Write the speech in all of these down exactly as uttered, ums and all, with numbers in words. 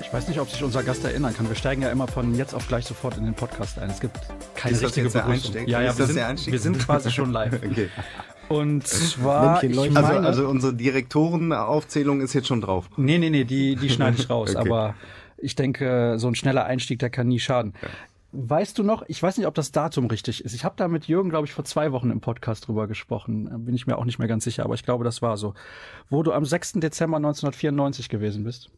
Ich weiß nicht, ob sich unser Gast erinnern kann. Wir steigen ja immer von jetzt auf gleich sofort in den Podcast ein. Es gibt keine ist richtige das jetzt Begrüßung. Der ja, ja, ist wir, das sind, der Einstieg? wir sind quasi schon live. Okay. Und zwar, ich also, meine, also unsere Direktorenaufzählung ist jetzt schon drauf. Nee, nee, nee, die, die schneide ich raus. Okay. Aber ich denke, so ein schneller Einstieg, der kann nie schaden. Ja. Weißt du noch, ich weiß nicht, ob das Datum richtig ist. Ich habe da mit Jürgen, glaube ich, vor zwei Wochen im Podcast drüber gesprochen. Bin ich mir auch nicht mehr ganz sicher, aber ich glaube, das war so. Wo du am sechsten Dezember neunzehnhundertvierundneunzig gewesen bist.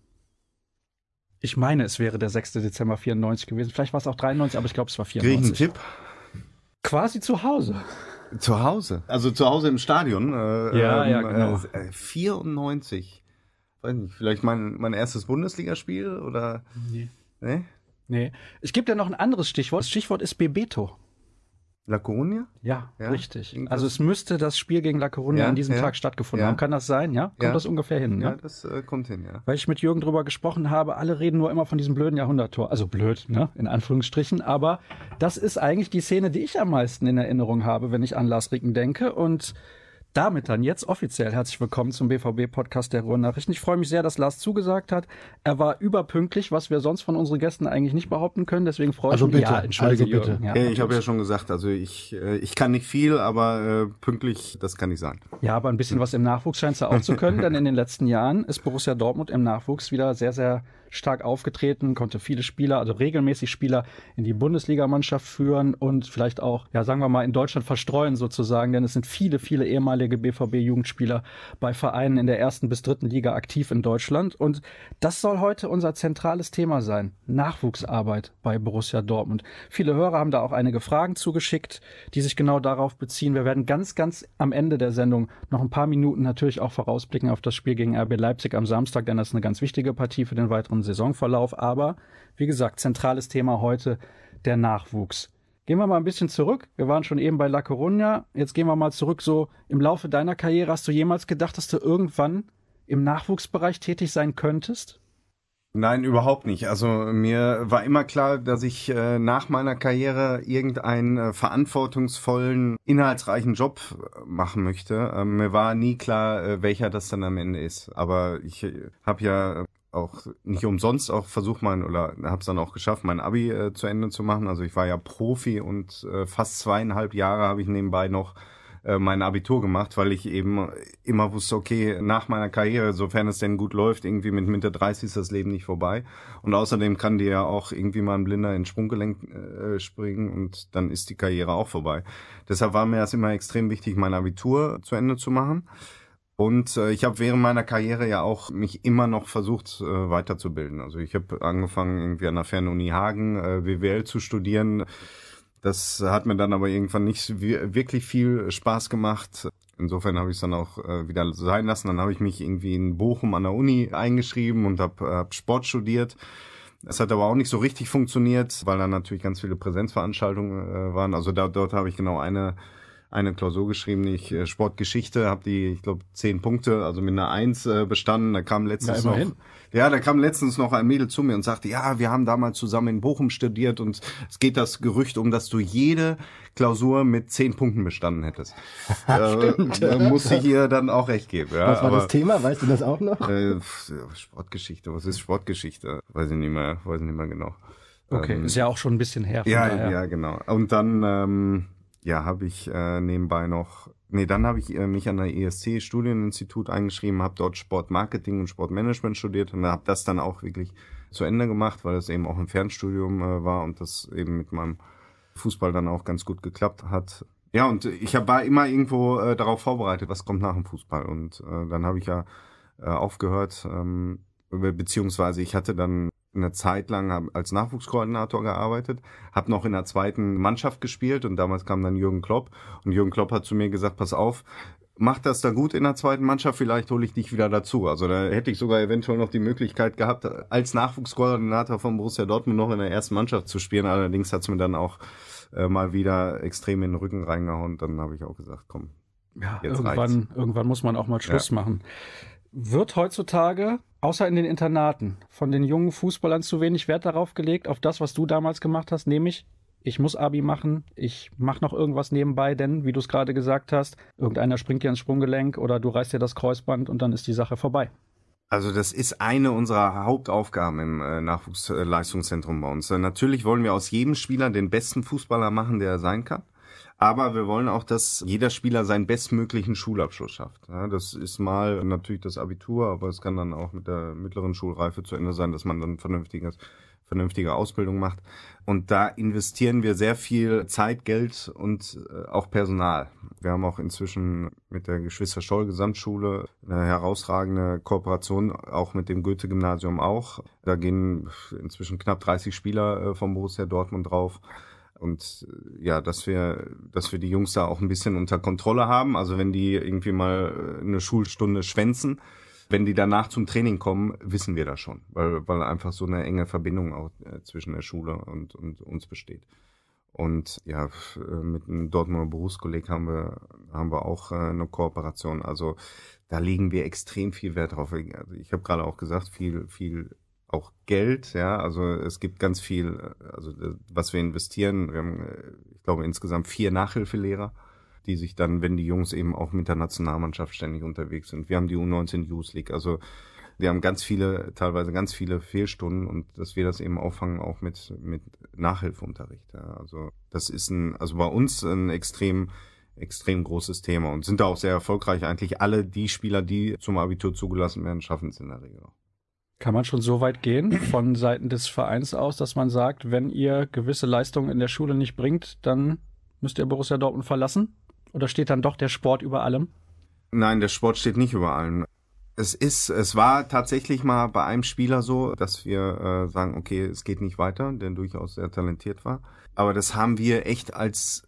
Ich meine, es wäre der sechste Dezember vierundneunzig gewesen. Vielleicht war es auch dreiundneunzig, aber ich glaube, es war vierundneunzig. Krieg ich einen Tipp? Quasi zu Hause. Zu Hause? Also zu Hause im Stadion? Äh, ja, ähm, ja, genau. Äh, vierundneunzig. Weiß nicht, vielleicht mein, mein erstes Bundesligaspiel oder? Nee. Nee? Nee. Ich gebe dir noch ein anderes Stichwort. Das Stichwort ist Bebeto. La Coruña? Ja, ja, richtig. Irgendwas? Also es müsste das Spiel gegen La Coruña ja, an diesem ja, Tag stattgefunden ja. haben. Kann das sein? Ja? Kommt ja. das ungefähr hin? Ja, ne? das äh, kommt hin, ja. Weil ich mit Jürgen drüber gesprochen habe, alle reden nur immer von diesem blöden Jahrhunderttor. Also blöd, ne? In Anführungsstrichen. Aber das ist eigentlich die Szene, die ich am meisten in Erinnerung habe, wenn ich an Lars Ricken denke. Und damit dann jetzt offiziell herzlich willkommen zum B V B-Podcast der Ruhrnachrichten. Ich freue mich sehr, dass Lars zugesagt hat. Er war überpünktlich, was wir sonst von unseren Gästen eigentlich nicht behaupten können. Deswegen freue also ich mich. Bitte, Ja, entschuldige, also bitte. Jürgen. Ja, Ja, ich habe ja schon gesagt, also ich, äh, ich kann nicht viel, aber äh, pünktlich, das kann ich sein. Ja, aber ein bisschen was im Nachwuchs scheinst du auch zu können, denn in den letzten Jahren ist Borussia Dortmund im Nachwuchs wieder sehr, sehr stark aufgetreten, konnte viele Spieler, also regelmäßig Spieler in die Bundesligamannschaft führen und vielleicht auch, ja, sagen wir mal, in Deutschland verstreuen sozusagen, denn es sind viele, viele ehemalige B V B-Jugendspieler bei Vereinen in der ersten bis dritten Liga aktiv in Deutschland und das soll heute unser zentrales Thema sein, Nachwuchsarbeit bei Borussia Dortmund. Viele Hörer haben da auch einige Fragen zugeschickt, die sich genau darauf beziehen. Wir werden ganz, ganz am Ende der Sendung noch ein paar Minuten natürlich auch vorausblicken auf das Spiel gegen R B Leipzig am Samstag, denn das ist eine ganz wichtige Partie für den weiteren Saisonverlauf. Aber, wie gesagt, zentrales Thema heute, der Nachwuchs. Gehen wir mal ein bisschen zurück. Wir waren schon eben bei La Coruña. Jetzt gehen wir mal zurück. So im Laufe deiner Karriere, hast du jemals gedacht, dass du irgendwann im Nachwuchsbereich tätig sein könntest? Nein, überhaupt nicht. Also mir war immer klar, dass ich äh, nach meiner Karriere irgendeinen äh, verantwortungsvollen, inhaltsreichen Job äh, machen möchte. Ähm, mir war nie klar, äh, welcher das dann am Ende ist. Aber ich äh, habe ja auch nicht umsonst auch versucht, mein oder habe es dann auch geschafft, mein Abi äh, zu Ende zu machen. Also ich war ja Profi und äh, fast zweieinhalb Jahre habe ich nebenbei noch äh, mein Abitur gemacht, weil ich eben immer wusste, okay, nach meiner Karriere, sofern es denn gut läuft, irgendwie mit Mitte dreißig ist das Leben nicht vorbei. Und außerdem kann dir ja auch irgendwie mal ein Blinder ins Sprunggelenk äh, springen und dann ist die Karriere auch vorbei. Deshalb war mir das immer extrem wichtig, mein Abitur zu Ende zu machen. Und äh, ich habe während meiner Karriere ja auch mich immer noch versucht äh, weiterzubilden. Also ich habe angefangen irgendwie an der Fernuni Hagen äh, B W L zu studieren. Das hat mir dann aber irgendwann nicht wirklich viel Spaß gemacht. Insofern habe ich es dann auch äh, wieder sein lassen. Dann habe ich mich irgendwie in Bochum an der Uni eingeschrieben und habe hab Sport studiert. Es hat aber auch nicht so richtig funktioniert, weil dann natürlich ganz viele Präsenzveranstaltungen äh, waren. Also da, dort habe ich genau eine eine Klausur geschrieben, ich äh, Sportgeschichte, habe die, ich glaube, zehn Punkte, also mit einer Eins äh, bestanden. Da kam letztens ja, noch, ja, da kam letztens noch ein Mädel zu mir und sagte, ja, wir haben damals zusammen in Bochum studiert und es geht das Gerücht um, dass du jede Klausur mit zehn Punkten bestanden hättest. Stimmt. Äh, muss ich ihr dann auch recht geben. Ja, was war aber, das Thema? Weißt du das auch noch? Äh, Sportgeschichte, was ist Sportgeschichte? Weiß ich nicht mehr, weiß ich nicht mehr genau. Okay, ähm, ist ja auch schon ein bisschen her. Ja, daher. ja, genau. Und dann, ähm, ja, habe ich äh, nebenbei noch, nee, dann habe ich äh, mich an der E S C Studieninstitut eingeschrieben, habe dort Sportmarketing und Sportmanagement studiert und habe das dann auch wirklich zu Ende gemacht, weil das eben auch ein Fernstudium äh, war und das eben mit meinem Fußball dann auch ganz gut geklappt hat. Ja, und ich hab, war immer irgendwo äh, darauf vorbereitet, was kommt nach dem Fußball. Und äh, dann habe ich ja äh, aufgehört, ähm, beziehungsweise ich hatte dann eine Zeit lang als Nachwuchskoordinator gearbeitet, habe noch in der zweiten Mannschaft gespielt und damals kam dann Jürgen Klopp und Jürgen Klopp hat zu mir gesagt, pass auf, mach das da gut in der zweiten Mannschaft, vielleicht hole ich dich wieder dazu. Also da hätte ich sogar eventuell noch die Möglichkeit gehabt, als Nachwuchskoordinator von Borussia Dortmund noch in der ersten Mannschaft zu spielen. Allerdings hat es mir dann auch äh, mal wieder extrem in den Rücken reingehauen. Dann habe ich auch gesagt, komm, ja, jetzt irgendwann, reicht's. irgendwann muss man auch mal Schluss Ja. machen. Wird heutzutage, außer in den Internaten, von den jungen Fußballern zu wenig Wert darauf gelegt, auf das, was du damals gemacht hast, nämlich ich muss Abi machen, ich mache noch irgendwas nebenbei, denn, wie du es gerade gesagt hast, irgendeiner springt dir ins Sprunggelenk oder du reißt dir das Kreuzband und dann ist die Sache vorbei. Also das ist eine unserer Hauptaufgaben im äh, Nachwuchsleistungszentrum bei uns. Äh, natürlich wollen wir aus jedem Spieler den besten Fußballer machen, der er sein kann. Aber wir wollen auch, dass jeder Spieler seinen bestmöglichen Schulabschluss schafft. Ja, das ist mal natürlich das Abitur, aber es kann dann auch mit der mittleren Schulreife zu Ende sein, dass man dann vernünftiges vernünftige Ausbildung macht. Und da investieren wir sehr viel Zeit, Geld und äh, auch Personal. Wir haben auch inzwischen mit der Geschwister Scholl Gesamtschule eine herausragende Kooperation, auch mit dem Goethe-Gymnasium auch. Da gehen inzwischen knapp dreißig Spieler äh, vom Borussia Dortmund drauf. Und äh, ja, dass wir, dass wir die Jungs da auch ein bisschen unter Kontrolle haben. Also wenn die irgendwie mal eine Schulstunde schwänzen, wenn die danach zum Training kommen, wissen wir das schon, weil, weil einfach so eine enge Verbindung auch äh, zwischen der Schule und, und uns besteht. Und ja, mit einem Dortmunder Berufskolleg haben wir, haben wir auch äh, eine Kooperation. Also da legen wir extrem viel Wert drauf. Also ich habe gerade auch gesagt, viel, viel auch Geld, ja. Also es gibt ganz viel, also was wir investieren. Wir haben, ich glaube, insgesamt vier Nachhilfelehrer, die sich dann, wenn die Jungs eben auch mit der Nationalmannschaft ständig unterwegs sind. Wir haben die U neunzehn Youth League, also wir haben ganz viele, teilweise ganz viele Fehlstunden und dass wir das eben auffangen auch mit mit Nachhilfeunterricht. Ja. Also das ist ein, also bei uns ein extrem extrem großes Thema und sind da auch sehr erfolgreich. Eigentlich alle die Spieler, die zum Abitur zugelassen werden, schaffen es in der Regel auch. Kann man schon so weit gehen von Seiten des Vereins aus, dass man sagt, wenn ihr gewisse Leistungen in der Schule nicht bringt, dann müsst ihr Borussia Dortmund verlassen? Oder steht dann doch der Sport über allem? Nein, der Sport steht nicht über allem. Es ist, es war tatsächlich mal bei einem Spieler so, dass wir äh, sagen, okay, es geht nicht weiter, der durchaus sehr talentiert war. Aber das haben wir echt als,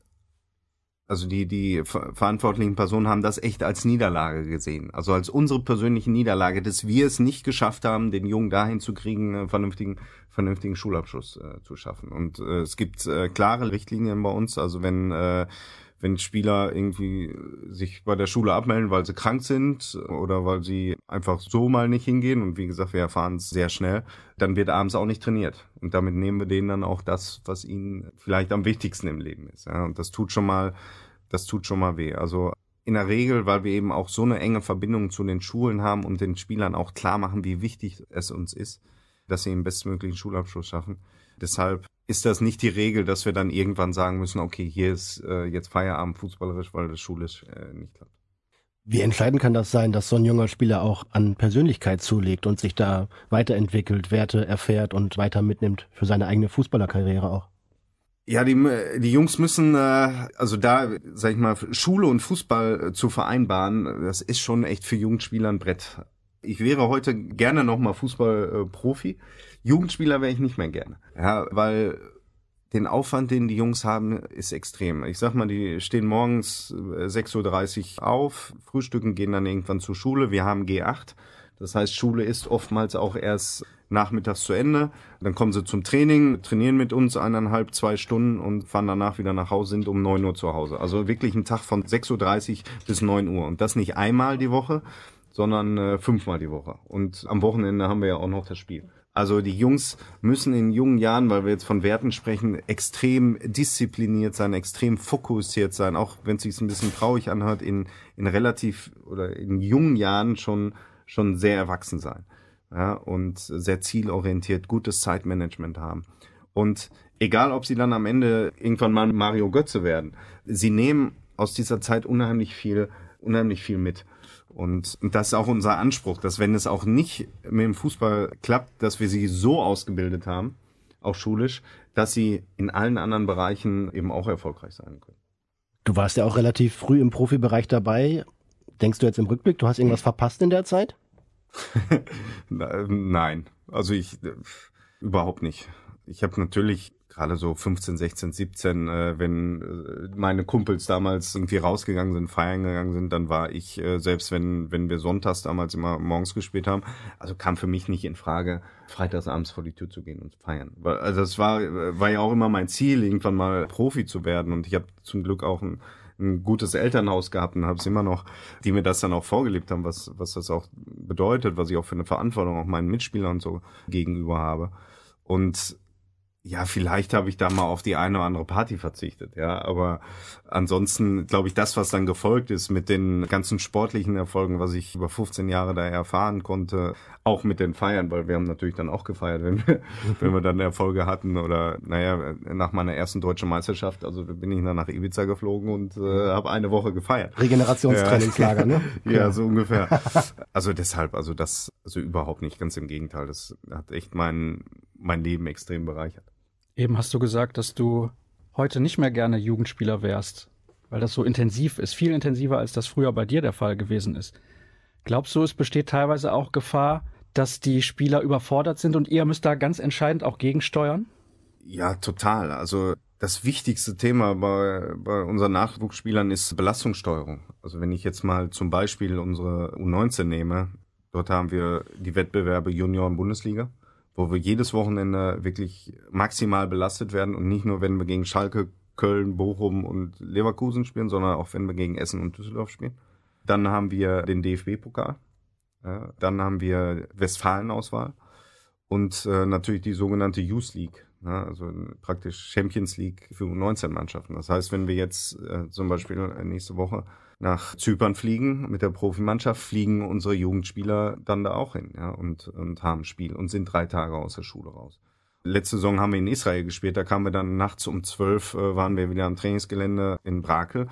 also die die ver- verantwortlichen Personen haben das echt als Niederlage gesehen. Also als unsere persönliche Niederlage, dass wir es nicht geschafft haben, den Jungen dahin zu kriegen, einen vernünftigen vernünftigen Schulabschluss äh, zu schaffen. Und äh, es gibt äh, klare Richtlinien bei uns. Also wenn äh, wenn Spieler irgendwie sich bei der Schule abmelden, weil sie krank sind oder weil sie einfach so mal nicht hingehen, und wie gesagt, wir erfahren es sehr schnell, dann wird abends auch nicht trainiert. Und damit nehmen wir denen dann auch das, was ihnen vielleicht am wichtigsten im Leben ist. Ja, und das tut schon mal, das tut schon mal weh. Also in der Regel, weil wir eben auch so eine enge Verbindung zu den Schulen haben und den Spielern auch klar machen, wie wichtig es uns ist, dass sie den bestmöglichen Schulabschluss schaffen. Deshalb ist das nicht die Regel, dass wir dann irgendwann sagen müssen, okay, hier ist äh, jetzt Feierabend fußballerisch, weil das schulisch äh, nicht klappt. Wie entscheidend kann das sein, dass so ein junger Spieler auch an Persönlichkeit zulegt und sich da weiterentwickelt, Werte erfährt und weiter mitnimmt für seine eigene Fußballerkarriere auch? Ja, die, die Jungs müssen, äh, also da, sag ich mal, Schule und Fußball äh, zu vereinbaren, das ist schon echt für Jugendspieler ein Brett. Ich wäre heute gerne nochmal Fußballprofi. Äh, Jugendspieler wäre ich nicht mehr gerne. Ja, weil den Aufwand, den die Jungs haben, ist extrem. Ich sag mal, die stehen morgens sechs Uhr dreißig auf, frühstücken, gehen dann irgendwann zur Schule. Wir haben G acht. Das heißt, Schule ist oftmals auch erst nachmittags zu Ende. Dann kommen sie zum Training, trainieren mit uns eineinhalb, zwei Stunden und fahren danach wieder nach Hause, sind um neun Uhr zu Hause. Also wirklich ein Tag von sechs Uhr dreißig bis neun Uhr. Und das nicht einmal die Woche, sondern äh, fünfmal die Woche. Und am Wochenende haben wir ja auch noch das Spiel. Also die Jungs müssen in jungen Jahren, weil wir jetzt von Werten sprechen, extrem diszipliniert sein, extrem fokussiert sein, auch wenn es sich ein bisschen traurig anhört, in, in relativ oder in jungen Jahren schon schon sehr erwachsen sein, ja, und sehr zielorientiert, gutes Zeitmanagement haben. Und egal, ob sie dann am Ende irgendwann mal Mario Götze werden, sie nehmen aus dieser Zeit unheimlich viel, unheimlich viel mit. Und, und das ist auch unser Anspruch, dass wenn es auch nicht mit dem Fußball klappt, dass wir sie so ausgebildet haben, auch schulisch, dass sie in allen anderen Bereichen eben auch erfolgreich sein können. Du warst ja auch relativ früh im Profibereich dabei. Denkst du jetzt im Rückblick, du hast irgendwas verpasst in der Zeit? Nein, also ich äh, überhaupt nicht. Ich habe natürlich gerade so fünfzehn, sechzehn, siebzehn, äh, wenn äh, meine Kumpels damals irgendwie rausgegangen sind, feiern gegangen sind, dann war ich, äh, selbst wenn wenn wir sonntags damals immer morgens gespielt haben, also kam für mich nicht in Frage, freitagsabends vor die Tür zu gehen und feiern. Weil, also das war war ja auch immer mein Ziel, irgendwann mal Profi zu werden, und ich habe zum Glück auch ein ein gutes Elternhaus gehabt und habe es immer noch, die mir das dann auch vorgelebt haben, was was das auch bedeutet, was ich auch für eine Verantwortung auch meinen Mitspielern und so gegenüber habe. Und Ja, vielleicht habe ich da mal auf die eine oder andere Party verzichtet, ja, aber ansonsten glaube ich, das, was dann gefolgt ist mit den ganzen sportlichen Erfolgen, was ich über fünfzehn Jahre da erfahren konnte, auch mit den Feiern, weil wir haben natürlich dann auch gefeiert, wenn wir, wenn wir dann Erfolge hatten oder, naja, nach meiner ersten deutschen Meisterschaft, also bin ich dann nach Ibiza geflogen und äh, habe eine Woche gefeiert. Regenerationstrainingslager, ja. ne? Ja, so ungefähr. Also deshalb, also das, also überhaupt nicht, ganz im Gegenteil, das hat echt mein, mein Leben extrem bereichert. Eben hast du gesagt, dass du heute nicht mehr gerne Jugendspieler wärst, weil das so intensiv ist, viel intensiver, als das früher bei dir der Fall gewesen ist. Glaubst du, es besteht teilweise auch Gefahr, dass die Spieler überfordert sind und ihr müsst da ganz entscheidend auch gegensteuern? Ja, total. Also das wichtigste Thema bei, bei unseren Nachwuchsspielern ist Belastungssteuerung. Also wenn ich jetzt mal zum Beispiel unsere U neunzehn nehme, dort haben wir die Wettbewerbe Junioren-Bundesliga, wo wir jedes Wochenende wirklich maximal belastet werden und nicht nur, wenn wir gegen Schalke, Köln, Bochum und Leverkusen spielen, sondern auch, wenn wir gegen Essen und Düsseldorf spielen. Dann haben wir den D F B-Pokal, ja, dann haben wir Westfalen-Auswahl und äh, natürlich die sogenannte Youth League, ja, also praktisch Champions League für U neunzehn-Mannschaften. Das heißt, wenn wir jetzt äh, zum Beispiel nächste Woche nach Zypern fliegen mit der Profimannschaft, fliegen unsere Jugendspieler dann da auch hin, ja, und, und haben ein Spiel und sind drei Tage aus der Schule raus. Letzte Saison haben wir in Israel gespielt, da kamen wir dann nachts um zwölf, äh, waren wir wieder am Trainingsgelände in Brakel.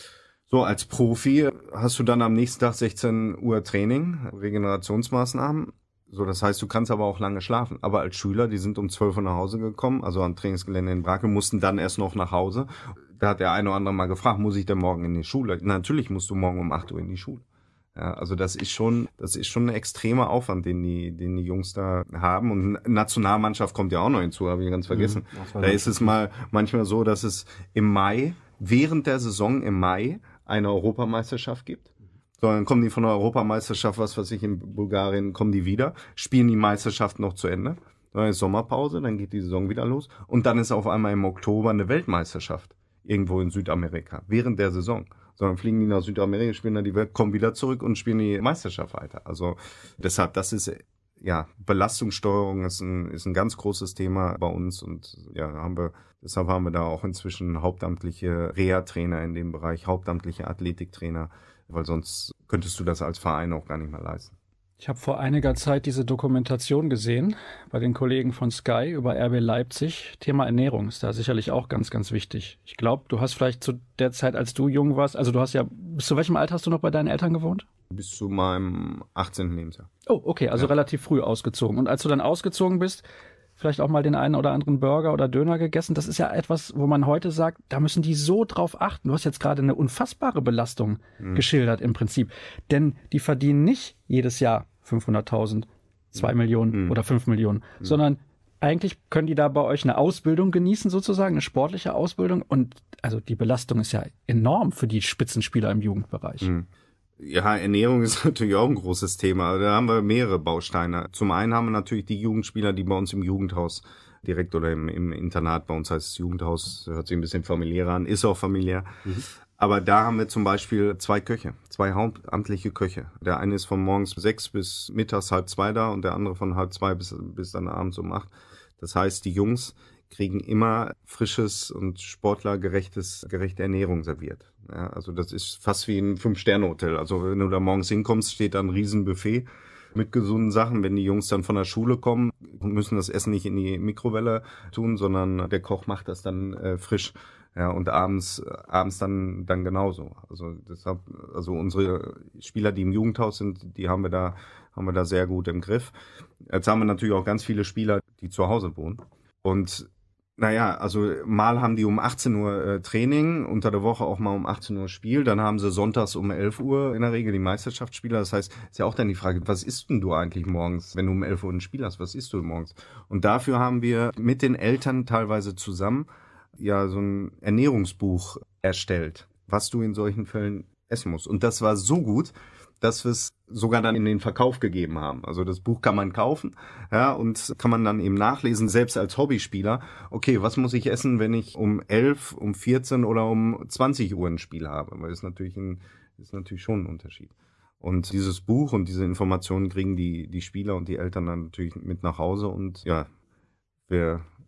So, als Profi hast du dann am nächsten Tag sechzehn Uhr Training, Regenerationsmaßnahmen. So, das heißt, du kannst aber auch lange schlafen. Aber als Schüler, die sind um zwölf Uhr nach Hause gekommen, also am Trainingsgelände in Brakel, mussten dann erst noch nach Hause. Da hat der eine oder andere mal gefragt, muss ich denn morgen in die Schule? Natürlich musst du morgen um acht Uhr in die Schule. Ja, also das ist schon, das ist schon ein extremer Aufwand, den die, den die Jungs da haben. Und Nationalmannschaft kommt ja auch noch hinzu, habe ich ganz vergessen. Mhm, da ist es mal manchmal so, dass es im Mai, während der Saison im Mai, eine Europameisterschaft gibt. So, dann kommen die von der Europameisterschaft, was weiß ich, in Bulgarien, kommen die wieder, spielen die Meisterschaft noch zu Ende. Dann ist Sommerpause, dann geht die Saison wieder los. Und dann ist auf einmal im Oktober eine Weltmeisterschaft. Irgendwo in Südamerika. Während der Saison. Sondern fliegen die nach Südamerika, spielen dann die Welt, kommen wieder zurück und spielen die Meisterschaft weiter. Also deshalb, das ist, ja, Belastungssteuerung ist ein, ist ein ganz großes Thema bei uns. Und ja, haben wir, deshalb haben wir da auch inzwischen hauptamtliche Reha-Trainer in dem Bereich, hauptamtliche Athletiktrainer, weil sonst könntest du das als Verein auch gar nicht mehr leisten. Ich habe vor einiger Zeit diese Dokumentation gesehen bei den Kollegen von Sky über R B Leipzig. Thema Ernährung ist da sicherlich auch ganz, ganz wichtig. Ich glaube, du hast vielleicht zu der Zeit, als du jung warst, also du hast ja, bis zu welchem Alter hast du noch bei deinen Eltern gewohnt? Bis zu meinem achtzehnten Lebensjahr. Oh, okay, also ja. Relativ früh ausgezogen. Und als du dann ausgezogen bist, vielleicht auch mal den einen oder anderen Burger oder Döner gegessen. Das ist ja etwas, wo man heute sagt, da müssen die so drauf achten. Du hast jetzt gerade eine unfassbare Belastung mhm. geschildert im Prinzip. Denn die verdienen nicht jedes Jahr fünfhunderttausend, zwei Millionen mhm. oder fünf Millionen, mhm. sondern eigentlich können die da bei euch eine Ausbildung genießen sozusagen, eine sportliche Ausbildung. Und also die Belastung ist ja enorm für die Spitzenspieler im Jugendbereich. Mhm. Ja, Ernährung ist natürlich auch ein großes Thema. Da haben wir mehrere Bausteine. Zum einen haben wir natürlich die Jugendspieler, die bei uns im Jugendhaus direkt oder im, im Internat, bei uns heißt es Jugendhaus, hört sich ein bisschen familiärer an, ist auch familiär. Mhm. Aber da haben wir zum Beispiel zwei Köche, zwei hauptamtliche Köche. Der eine ist von morgens sechs bis mittags halb zwei da und der andere von halb zwei bis, bis dann abends um acht. Das heißt, die Jungs kriegen immer frisches und sportlergerechtes, gerechte Ernährung serviert. Ja, also das ist fast wie ein Fünf-Sterne-Hotel. Also wenn du da morgens hinkommst, steht da ein Riesenbuffet mit gesunden Sachen. Wenn die Jungs dann von der Schule kommen, müssen das Essen nicht in die Mikrowelle tun, sondern der Koch macht das dann äh, frisch. Ja, und abends, abends dann, dann genauso. Also deshalb, also unsere Spieler, die im Jugendhaus sind, die haben wir da, haben wir da sehr gut im Griff. Jetzt haben wir natürlich auch ganz viele Spieler, die zu Hause wohnen. Und naja, also mal haben die um achtzehn Uhr äh, Training, unter der Woche auch mal um achtzehn Uhr Spiel, dann haben sie sonntags um elf Uhr in der Regel die Meisterschaftsspieler. Das heißt, ist ja auch dann die Frage, was isst denn du eigentlich morgens, wenn du um elf Uhr ein Spiel hast, was isst du morgens? Und dafür haben wir mit den Eltern teilweise zusammen ja so ein Ernährungsbuch erstellt, was du in solchen Fällen essen musst. Und das war so gut, dass wir es sogar dann in den Verkauf gegeben haben. Also das Buch kann man kaufen, ja, und kann man dann eben nachlesen, selbst als Hobbyspieler. Okay, was muss ich essen, wenn ich um elf, um vierzehn oder um zwanzig Uhr ein Spiel habe? Weil das ist natürlich ein, ist natürlich schon ein Unterschied. Und dieses Buch und diese Informationen kriegen die, die Spieler und die Eltern dann natürlich mit nach Hause und ja, wir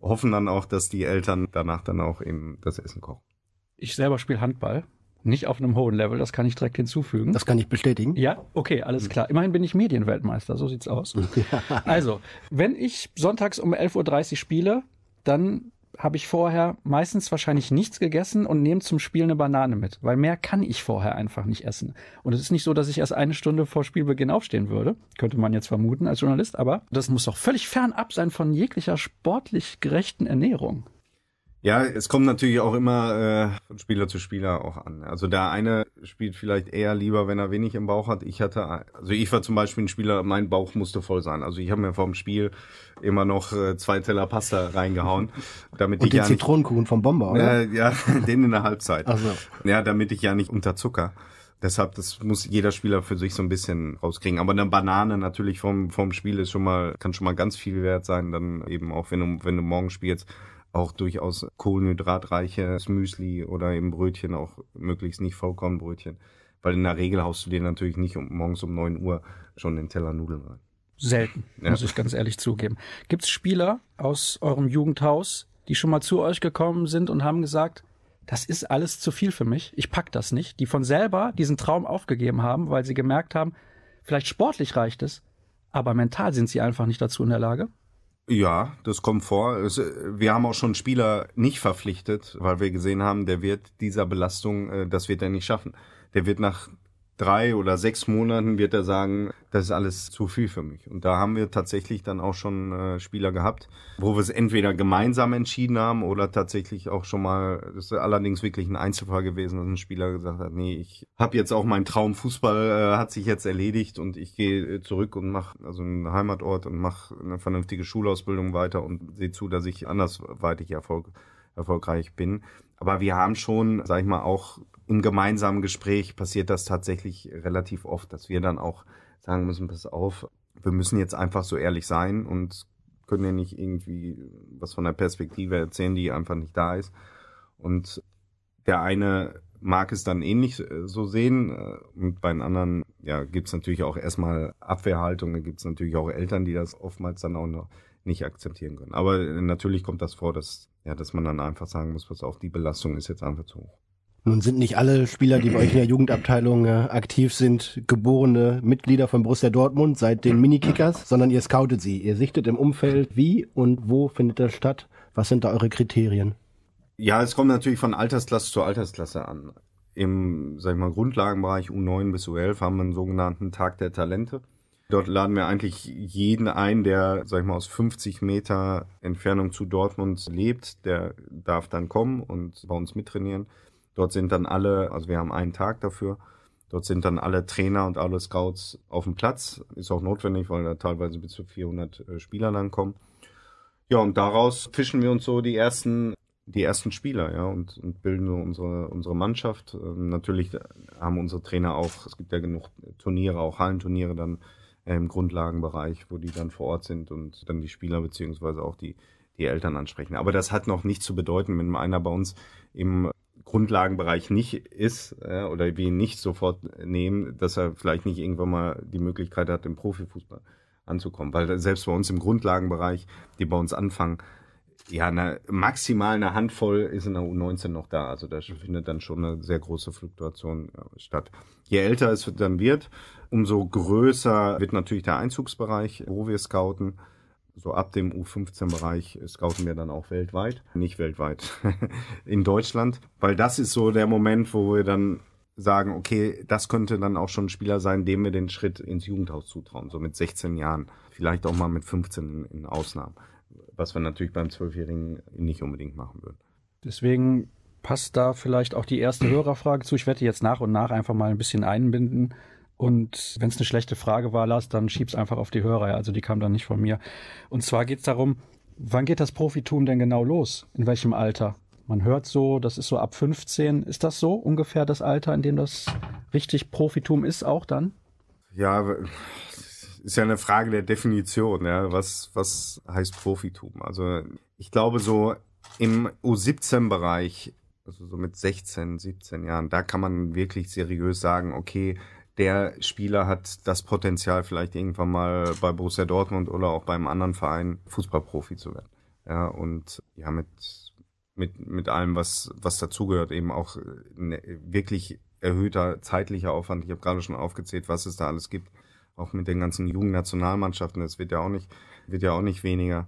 hoffen dann auch, dass die Eltern danach dann auch eben das Essen kochen. Ich selber spiele Handball. Nicht auf einem hohen Level, das kann ich direkt hinzufügen. Das kann ich bestätigen. Ja, okay, alles klar. Immerhin bin ich Medienweltmeister, so sieht's aus. Also, wenn ich sonntags um elf Uhr dreißig spiele, dann habe ich vorher meistens wahrscheinlich nichts gegessen und nehme zum Spiel eine Banane mit, weil mehr kann ich vorher einfach nicht essen. Und es ist nicht so, dass ich erst eine Stunde vor Spielbeginn aufstehen würde, könnte man jetzt vermuten als Journalist, aber das muss doch völlig fernab sein von jeglicher sportlich gerechten Ernährung. Ja, es kommt natürlich auch immer äh, von Spieler zu Spieler auch an. Also der eine spielt vielleicht eher lieber, wenn er wenig im Bauch hat. Ich hatte, also ich war zum Beispiel ein Spieler, mein Bauch musste voll sein. Also ich habe mir vor dem Spiel immer noch äh, zwei Teller Pasta reingehauen, damit Und ich den ja nicht, Zitronenkuchen vom Bomber, oder? Äh, ja, den in der Halbzeit. Ach so. Ja, damit ich ja nicht unterzucker. Deshalb, das muss jeder Spieler für sich so ein bisschen rauskriegen. Aber eine Banane natürlich vom vom Spiel ist schon mal, kann schon mal ganz viel wert sein. Dann eben auch, wenn du wenn du morgen spielst, auch durchaus kohlenhydratreiches Müsli oder eben Brötchen, auch möglichst nicht Vollkornbrötchen. Weil in der Regel haust du dir natürlich nicht um, morgens um neun Uhr schon den Teller Nudeln rein. Selten, ja. Muss ich ganz ehrlich zugeben. Gibt es Spieler aus eurem Jugendhaus, die schon mal zu euch gekommen sind und haben gesagt, das ist alles zu viel für mich, ich pack das nicht, die von selber diesen Traum aufgegeben haben, weil sie gemerkt haben, vielleicht sportlich reicht es, aber mental sind sie einfach nicht dazu in der Lage? Ja, das kommt vor. Es, wir haben auch schon Spieler nicht verpflichtet, weil wir gesehen haben, der wird dieser Belastung, das wird er nicht schaffen. Der wird nach drei oder sechs Monaten wird er sagen, das ist alles zu viel für mich. Und da haben wir tatsächlich dann auch schon äh, Spieler gehabt, wo wir es entweder gemeinsam entschieden haben oder tatsächlich auch schon mal, das ist allerdings wirklich ein Einzelfall gewesen, dass ein Spieler gesagt hat, nee, ich habe jetzt auch meinen Traum Fußball, äh, hat sich jetzt erledigt und ich gehe zurück und mache also einen Heimatort und mache eine vernünftige Schulausbildung weiter und sehe zu, dass ich andersweitig Erfolg, erfolgreich bin. Aber wir haben schon, sag ich mal, auch im gemeinsamen Gespräch passiert das tatsächlich relativ oft, dass wir dann auch sagen müssen, pass auf, wir müssen jetzt einfach so ehrlich sein und können ja nicht irgendwie was von der Perspektive erzählen, die einfach nicht da ist. Und der eine mag es dann ähnlich so sehen und bei den anderen ja, gibt es natürlich auch erstmal Abwehrhaltung, da gibt es natürlich auch Eltern, die das oftmals dann auch noch nicht akzeptieren können. Aber natürlich kommt das vor, dass, ja, dass man dann einfach sagen muss, pass auf, die Belastung ist jetzt einfach zu hoch. Nun sind nicht alle Spieler, die bei euch in der Jugendabteilung äh, aktiv sind, geborene Mitglieder von Borussia Dortmund seit den Minikickers, sondern ihr scoutet sie. Ihr sichtet im Umfeld, wie und wo findet das statt? Was sind da eure Kriterien? Ja, es kommt natürlich von Altersklasse zu Altersklasse an. Im, sag ich mal, Grundlagenbereich U neun bis U elf haben wir einen sogenannten Tag der Talente. Dort laden wir eigentlich jeden ein, der, sag ich mal, aus fünfzig Meter Entfernung zu Dortmund lebt. Der darf dann kommen und bei uns mittrainieren. Dort sind dann alle, also wir haben einen Tag dafür, dort sind dann alle Trainer und alle Scouts auf dem Platz. Ist auch notwendig, weil da teilweise bis zu vierhundert äh, Spieler dann kommen. Ja, und daraus fischen wir uns so die ersten die ersten Spieler, ja, und, und bilden so unsere unsere Mannschaft. Ähm, natürlich haben unsere Trainer auch, es gibt ja genug Turniere, auch Hallenturniere dann äh, im Grundlagenbereich, wo die dann vor Ort sind und dann die Spieler beziehungsweise auch die die Eltern ansprechen. Aber das hat noch nichts zu bedeuten, wenn einer bei uns im Grundlagenbereich nicht ist äh, oder wir ihn nicht sofort nehmen, dass er vielleicht nicht irgendwann mal die Möglichkeit hat, im Profifußball anzukommen. Weil selbst bei uns im Grundlagenbereich, die bei uns anfangen, ja, eine, maximal eine Handvoll ist in der U neunzehn noch da. Also da findet dann schon eine sehr große Fluktuation ja, statt. Je älter es dann wird, umso größer wird natürlich der Einzugsbereich, wo wir scouten. So ab dem U fünfzehn Bereich scouten wir dann auch weltweit. Nicht weltweit, in Deutschland. Weil das ist so der Moment, wo wir dann sagen, okay, das könnte dann auch schon ein Spieler sein, dem wir den Schritt ins Jugendhaus zutrauen. So mit sechzehn Jahren. Vielleicht auch mal mit fünfzehn in Ausnahmen. Was wir natürlich beim Zwölfjährigen nicht unbedingt machen würden. Deswegen passt da vielleicht auch die erste Hörerfrage zu. Ich werde die jetzt nach und nach einfach mal ein bisschen einbinden. Und wenn es eine schlechte Frage war, Lars, dann schieb's einfach auf die Hörer. Ja. Also die kam dann nicht von mir. Und zwar geht es darum, wann geht das Profitum denn genau los? In welchem Alter? Man hört so, das ist so ab fünfzehn. Ist das so ungefähr das Alter, in dem das richtig Profitum ist auch dann? Ja, ist ja eine Frage der Definition. Ja, was was heißt Profitum? Also ich glaube so im U siebzehn Bereich, also so mit sechzehn, siebzehn Jahren, da kann man wirklich seriös sagen, okay, der Spieler hat das Potenzial, vielleicht irgendwann mal bei Borussia Dortmund oder auch beim anderen Verein Fußballprofi zu werden. Ja, und ja, mit, mit, mit allem, was, was dazugehört, eben auch ne, wirklich erhöhter zeitlicher Aufwand. Ich habe gerade schon aufgezählt, was es da alles gibt. Auch mit den ganzen Jugendnationalmannschaften, das wird ja auch nicht, wird ja auch nicht weniger.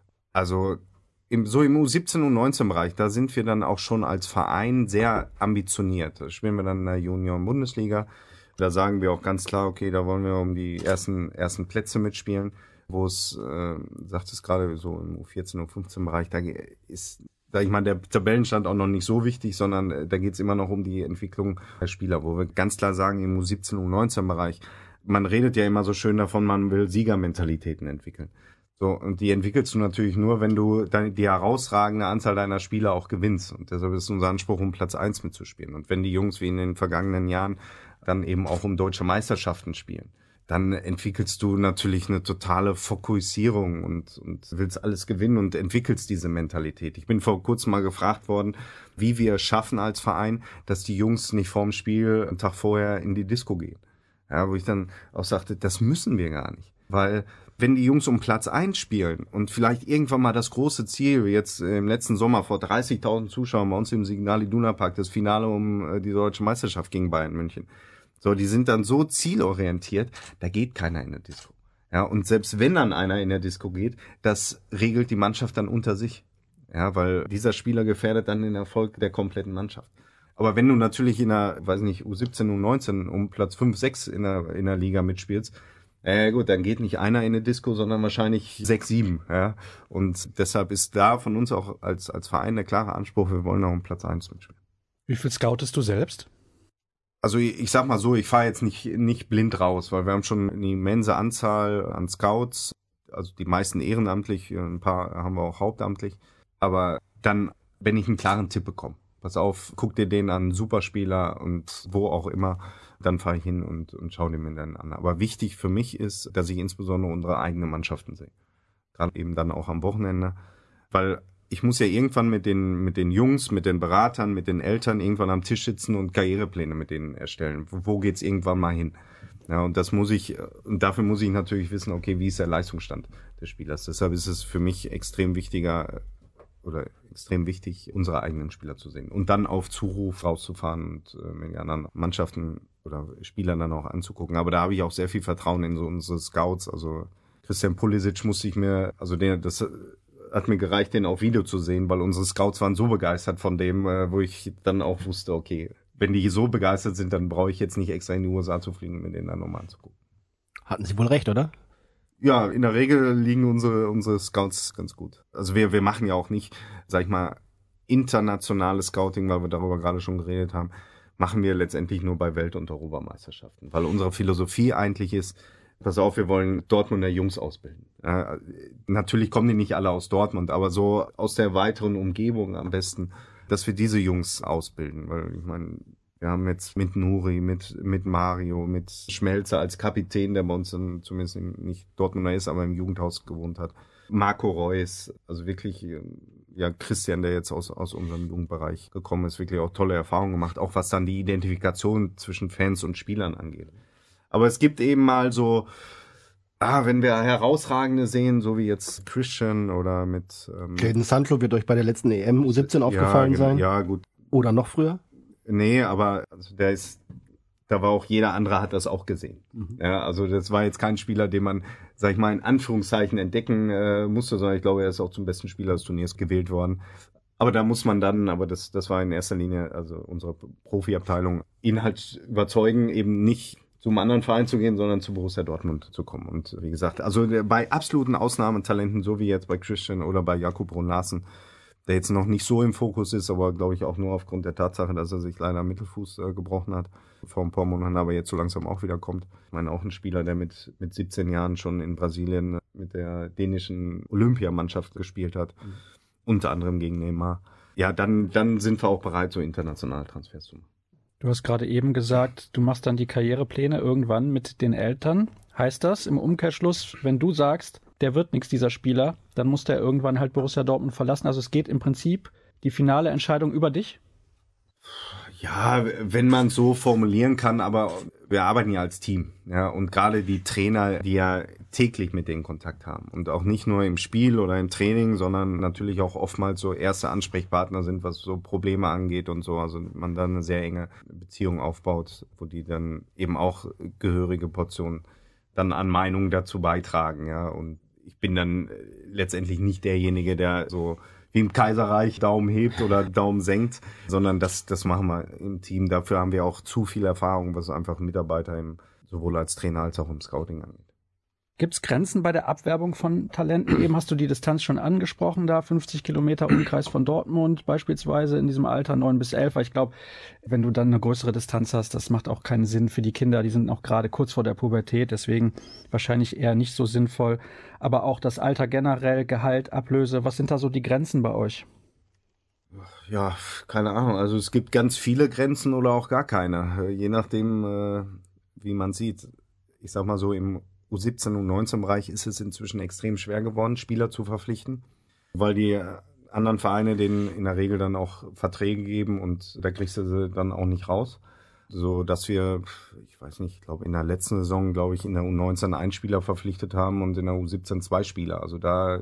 Also im, so im U siebzehn, U neunzehn Bereich, da sind wir dann auch schon als Verein sehr ambitioniert. Da spielen wir dann in der Junioren-Bundesliga. Da sagen wir auch ganz klar, okay, da wollen wir um die ersten, ersten Plätze mitspielen, wo es, äh, sagt es gerade so im U vierzehn, U fünfzehn Bereich, da ist, sag ich mal, der Tabellenstand auch noch nicht so wichtig, sondern äh, da geht es immer noch um die Entwicklung der Spieler, wo wir ganz klar sagen, im U siebzehn, U neunzehn Bereich, man redet ja immer so schön davon, man will Siegermentalitäten entwickeln. So, und die entwickelst du natürlich nur, wenn du dann die herausragende Anzahl deiner Spieler auch gewinnst. Und deshalb ist unser Anspruch, um Platz eins mitzuspielen. Und wenn die Jungs wie in den vergangenen Jahren dann eben auch um deutsche Meisterschaften spielen, dann entwickelst du natürlich eine totale Fokussierung und, und willst alles gewinnen und entwickelst diese Mentalität. Ich bin vor kurzem mal gefragt worden, wie wir es schaffen als Verein, dass die Jungs nicht vorm Spiel einen Tag vorher in die Disco gehen. Ja, wo ich dann auch sagte, das müssen wir gar nicht. Weil wenn die Jungs um Platz eins spielen und vielleicht irgendwann mal das große Ziel, wie jetzt im letzten Sommer vor dreißigtausend Zuschauern bei uns im Signal Iduna Park, das Finale um die deutsche Meisterschaft gegen Bayern München. So, die sind dann so zielorientiert, da geht keiner in der Disco. Ja, und selbst wenn dann einer in der Disco geht, das regelt die Mannschaft dann unter sich. Ja, weil dieser Spieler gefährdet dann den Erfolg der kompletten Mannschaft. Aber wenn du natürlich in der, weiß nicht, U siebzehn, U neunzehn um Platz fünf, sechs in der, in der Liga mitspielst, äh, gut, dann geht nicht einer in eine Disco, sondern wahrscheinlich sechs, sieben, ja. Und deshalb ist da von uns auch als, als Verein der klare Anspruch, wir wollen auch um Platz eins mitspielen. Wie viel scoutest du selbst? Also ich, ich sag mal so, ich fahre jetzt nicht, nicht blind raus, weil wir haben schon eine immense Anzahl an Scouts, also die meisten ehrenamtlich, ein paar haben wir auch hauptamtlich. Aber dann, wenn ich einen klaren Tipp bekomme, pass auf, guck dir den an, Superspieler und wo auch immer, dann fahre ich hin und, und schaue den mir dann an. Aber wichtig für mich ist, dass ich insbesondere unsere eigenen Mannschaften sehe. Gerade eben dann auch am Wochenende. Weil ich muss ja irgendwann mit den, mit den Jungs, mit den Beratern, mit den Eltern irgendwann am Tisch sitzen und Karrierepläne mit denen erstellen. Wo, wo geht's irgendwann mal hin? Ja, und das muss ich, und dafür muss ich natürlich wissen, okay, wie ist der Leistungsstand des Spielers? Deshalb ist es für mich extrem wichtiger, oder extrem wichtig, unsere eigenen Spieler zu sehen. Und dann auf Zuruf rauszufahren und äh, mit den anderen Mannschaften oder Spielern dann auch anzugucken. Aber da habe ich auch sehr viel Vertrauen in so unsere Scouts. Also Christian Pulisic musste ich mir, also der, das hat mir gereicht, den auf Video zu sehen, weil unsere Scouts waren so begeistert von dem, äh, wo ich dann auch wusste, okay, wenn die so begeistert sind, dann brauche ich jetzt nicht extra in die U S A zu fliegen, mir den dann nochmal anzugucken. Hatten Sie wohl recht, oder? Ja, in der Regel liegen unsere unsere Scouts ganz gut. Also wir wir machen ja auch nicht, sag ich mal, internationales Scouting, weil wir darüber gerade schon geredet haben, machen wir letztendlich nur bei Welt- und Europameisterschaften. Weil unsere Philosophie eigentlich ist, pass auf, wir wollen Dortmunder Jungs ausbilden. Ja, natürlich kommen die nicht alle aus Dortmund, aber so aus der weiteren Umgebung am besten, dass wir diese Jungs ausbilden. Weil ich meine, wir haben jetzt mit Nuri, mit mit Mario, mit Schmelzer als Kapitän, der bei uns dann zumindest nicht Dortmunder ist, aber im Jugendhaus gewohnt hat. Marco Reus, also wirklich, ja, Christian, der jetzt aus aus unserem Jugendbereich gekommen ist, wirklich auch tolle Erfahrungen gemacht, auch was dann die Identifikation zwischen Fans und Spielern angeht. Aber es gibt eben mal so, ah, wenn wir herausragende sehen, so wie jetzt Christian oder mit ähm, Jadon Sancho wird euch bei der letzten E M U siebzehn aufgefallen ja, sein? Ja, gut. Oder noch früher? Nee, aber also der ist, da war auch jeder andere hat das auch gesehen. Mhm. Ja, also das war jetzt kein Spieler, den man, sag ich mal, in Anführungszeichen entdecken äh, musste, sondern ich glaube, er ist auch zum besten Spieler des Turniers gewählt worden. Aber da muss man dann, aber das, das war in erster Linie, also unsere Profiabteilung, ihn halt überzeugen, eben nicht zum anderen Verein zu gehen, sondern zu Borussia Dortmund zu kommen. Und wie gesagt, also bei absoluten Ausnahmetalenten, so wie jetzt bei Christian oder bei Jakub Brun-Larsen, der jetzt noch nicht so im Fokus ist, aber glaube ich auch nur aufgrund der Tatsache, dass er sich leider am Mittelfuß äh, gebrochen hat, vor ein paar Monaten, aber jetzt so langsam auch wieder kommt. Ich meine, auch ein Spieler, der mit mit siebzehn Jahren schon in Brasilien mit der dänischen Olympiamannschaft gespielt hat, mhm. unter anderem gegen Neymar. Ja, dann dann sind wir auch bereit, so internationale Transfers zu machen. Du hast gerade eben gesagt, du machst dann die Karrierepläne irgendwann mit den Eltern. Heißt das im Umkehrschluss, wenn du sagst, der wird nichts, dieser Spieler, dann muss der irgendwann halt Borussia Dortmund verlassen? Also es geht im Prinzip die finale Entscheidung über dich? Ja, wenn man so formulieren kann, aber wir arbeiten ja als Team, ja, und gerade die Trainer, die ja täglich mit denen Kontakt haben und auch nicht nur im Spiel oder im Training, sondern natürlich auch oftmals so erste Ansprechpartner sind, was so Probleme angeht und so, also man dann eine sehr enge Beziehung aufbaut, wo die dann eben auch gehörige Portionen dann an Meinungen dazu beitragen, ja, und ich bin dann letztendlich nicht derjenige, der so wie im Kaiserreich Daumen hebt oder Daumen senkt, sondern das, das machen wir im Team. Dafür haben wir auch zu viel Erfahrung, was einfach Mitarbeiter im, sowohl als Trainer als auch im Scouting angeht. Gibt es Grenzen bei der Abwerbung von Talenten? Eben hast du die Distanz schon angesprochen, da fünfzig Kilometer Umkreis von Dortmund beispielsweise in diesem Alter neun bis elf. Weil ich glaube, wenn du dann eine größere Distanz hast, das macht auch keinen Sinn für die Kinder. Die sind auch gerade kurz vor der Pubertät, deswegen wahrscheinlich eher nicht so sinnvoll. Aber auch das Alter generell, Gehalt, Ablöse, was sind da so die Grenzen bei euch? Ja, keine Ahnung. Also es gibt ganz viele Grenzen oder auch gar keine. Je nachdem, wie man sieht. Ich sag mal so, im U siebzehn, U neunzehn Bereich ist es inzwischen extrem schwer geworden, Spieler zu verpflichten, weil die anderen Vereine denen in der Regel dann auch Verträge geben und da kriegst du sie dann auch nicht raus. So dass wir, ich weiß nicht, ich glaube in der letzten Saison, glaube ich, in der U neunzehn einen Spieler verpflichtet haben und in der U siebzehn zwei Spieler. Also da,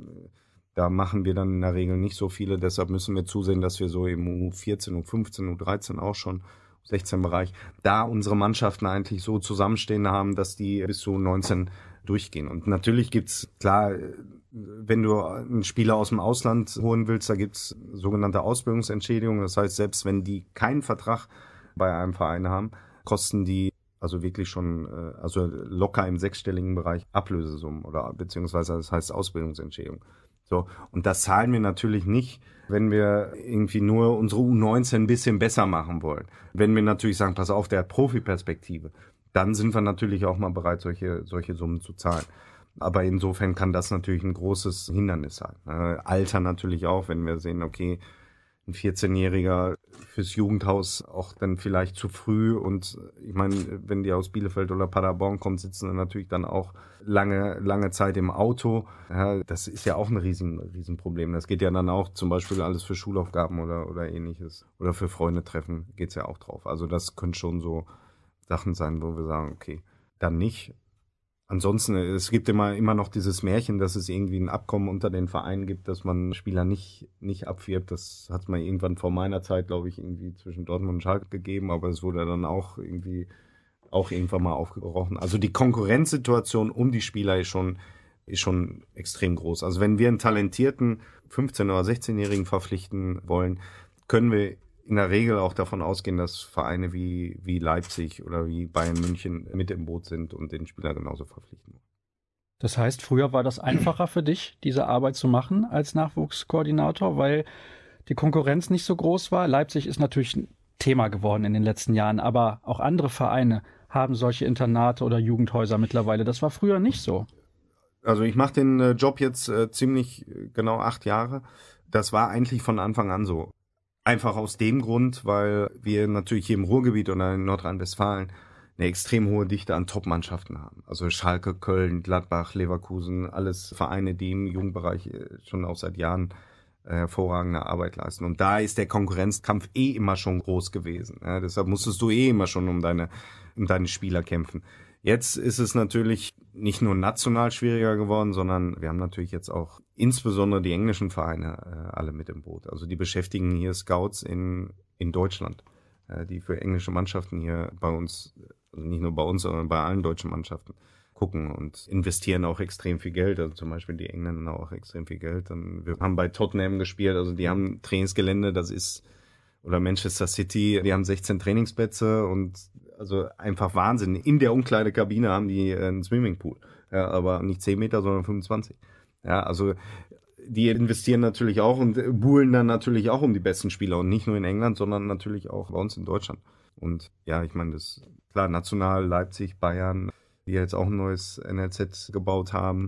da machen wir dann in der Regel nicht so viele, deshalb müssen wir zusehen, dass wir so im U vierzehn, U fünfzehn, U dreizehn auch schon sechzehn Bereich, da unsere Mannschaften eigentlich so zusammenstehen haben, dass die bis zu neunzehn durchgehen. Und natürlich gibt's, klar, wenn du einen Spieler aus dem Ausland holen willst, da gibt's sogenannte Ausbildungsentschädigungen. Das heißt, selbst wenn die keinen Vertrag bei einem Verein haben, kosten die also wirklich schon, also locker im sechsstelligen Bereich Ablösesummen oder beziehungsweise das heißt Ausbildungsentschädigung. So, und das zahlen wir natürlich nicht, wenn wir irgendwie nur unsere U neunzehn ein bisschen besser machen wollen. Wenn wir natürlich sagen, pass auf, der hat Profiperspektive, dann sind wir natürlich auch mal bereit, solche, solche Summen zu zahlen. Aber insofern kann das natürlich ein großes Hindernis sein. Äh, Alter natürlich auch, wenn wir sehen, okay, ein vierzehnjähriger fürs Jugendhaus auch dann vielleicht zu früh und ich meine, wenn die aus Bielefeld oder Paderborn kommen, sitzen dann natürlich dann auch lange, lange Zeit im Auto. Ja, das ist ja auch ein riesen, riesen Problem. Das geht ja dann auch zum Beispiel alles für Schulaufgaben oder, oder ähnliches oder für Freunde treffen geht's ja auch drauf. Also das können schon so Sachen sein, wo wir sagen, okay, dann nicht. Ansonsten, es gibt immer, immer noch dieses Märchen, dass es irgendwie ein Abkommen unter den Vereinen gibt, dass man Spieler nicht, nicht abwirbt. Das hat es mal irgendwann vor meiner Zeit, glaube ich, irgendwie zwischen Dortmund und Schalke gegeben, aber es wurde dann auch irgendwie, auch irgendwann mal aufgebrochen. Also die Konkurrenzsituation um die Spieler ist schon, ist schon extrem groß. Also wenn wir einen talentierten fünfzehn- oder sechzehnjährigen verpflichten wollen, können wir in der Regel auch davon ausgehen, dass Vereine wie, wie Leipzig oder wie Bayern München mit im Boot sind und den Spieler genauso verpflichten. Das heißt, früher war das einfacher für dich, diese Arbeit zu machen als Nachwuchskoordinator, weil die Konkurrenz nicht so groß war. Leipzig ist natürlich ein Thema geworden in den letzten Jahren, aber auch andere Vereine haben solche Internate oder Jugendhäuser mittlerweile. Das war früher nicht so. Also ich mache den Job jetzt äh, ziemlich genau acht Jahre. Das war eigentlich von Anfang an so. Einfach aus dem Grund, weil wir natürlich hier im Ruhrgebiet oder in Nordrhein-Westfalen eine extrem hohe Dichte an Top-Mannschaften haben. Also Schalke, Köln, Gladbach, Leverkusen, alles Vereine, die im Jugendbereich schon auch seit Jahren hervorragende Arbeit leisten. Und da ist der Konkurrenzkampf eh immer schon groß gewesen. Ja, deshalb musstest du eh immer schon um deine, um deine Spieler kämpfen. Jetzt ist es natürlich nicht nur national schwieriger geworden, sondern wir haben natürlich jetzt auch insbesondere die englischen Vereine äh, alle mit im Boot. Also die beschäftigen hier Scouts in in Deutschland, äh, die für englische Mannschaften hier bei uns, also nicht nur bei uns, sondern bei allen deutschen Mannschaften gucken und investieren auch extrem viel Geld. Also zum Beispiel die Engländer auch extrem viel Geld. Und wir haben bei Tottenham gespielt, also die haben Trainingsgelände, das ist, oder Manchester City, die haben sechzehn Trainingsplätze und also einfach Wahnsinn. In der Umkleidekabine haben die einen Swimmingpool, ja, aber nicht zehn Meter, sondern fünfundzwanzig. Ja, also die investieren natürlich auch und buhlen dann natürlich auch um die besten Spieler und nicht nur in England, sondern natürlich auch bei uns in Deutschland. Und ja, ich meine, das klar, national Leipzig, Bayern, die jetzt auch ein neues N L Z gebaut haben,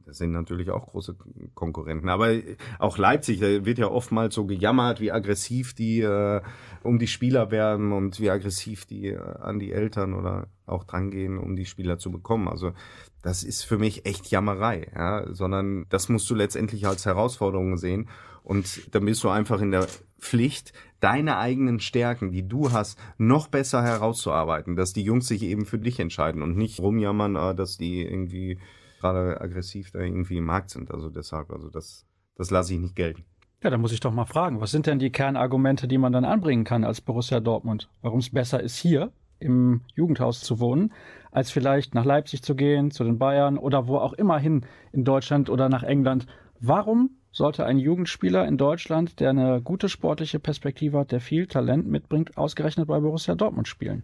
Das sind natürlich auch große Konkurrenten. Aber auch Leipzig, da wird ja oftmals so gejammert, wie aggressiv die äh, um die Spieler werden und wie aggressiv die äh, an die Eltern oder auch drangehen, um die Spieler zu bekommen. Also das ist für mich echt Jammerei, ja, sondern das musst du letztendlich als Herausforderung sehen. Und dann bist du einfach in der Pflicht, deine eigenen Stärken, die du hast, noch besser herauszuarbeiten, dass die Jungs sich eben für dich entscheiden und nicht rumjammern, äh, dass die irgendwie gerade aggressiv da irgendwie im Markt sind. Also deshalb, also das, das lasse ich nicht gelten. Ja, dann muss ich doch mal fragen, was sind denn die Kernargumente, die man dann anbringen kann als Borussia Dortmund? Warum es besser ist, hier im Jugendhaus zu wohnen, als vielleicht nach Leipzig zu gehen, zu den Bayern oder wo auch immer hin in Deutschland oder nach England. Warum sollte ein Jugendspieler in Deutschland, der eine gute sportliche Perspektive hat, der viel Talent mitbringt, ausgerechnet bei Borussia Dortmund spielen?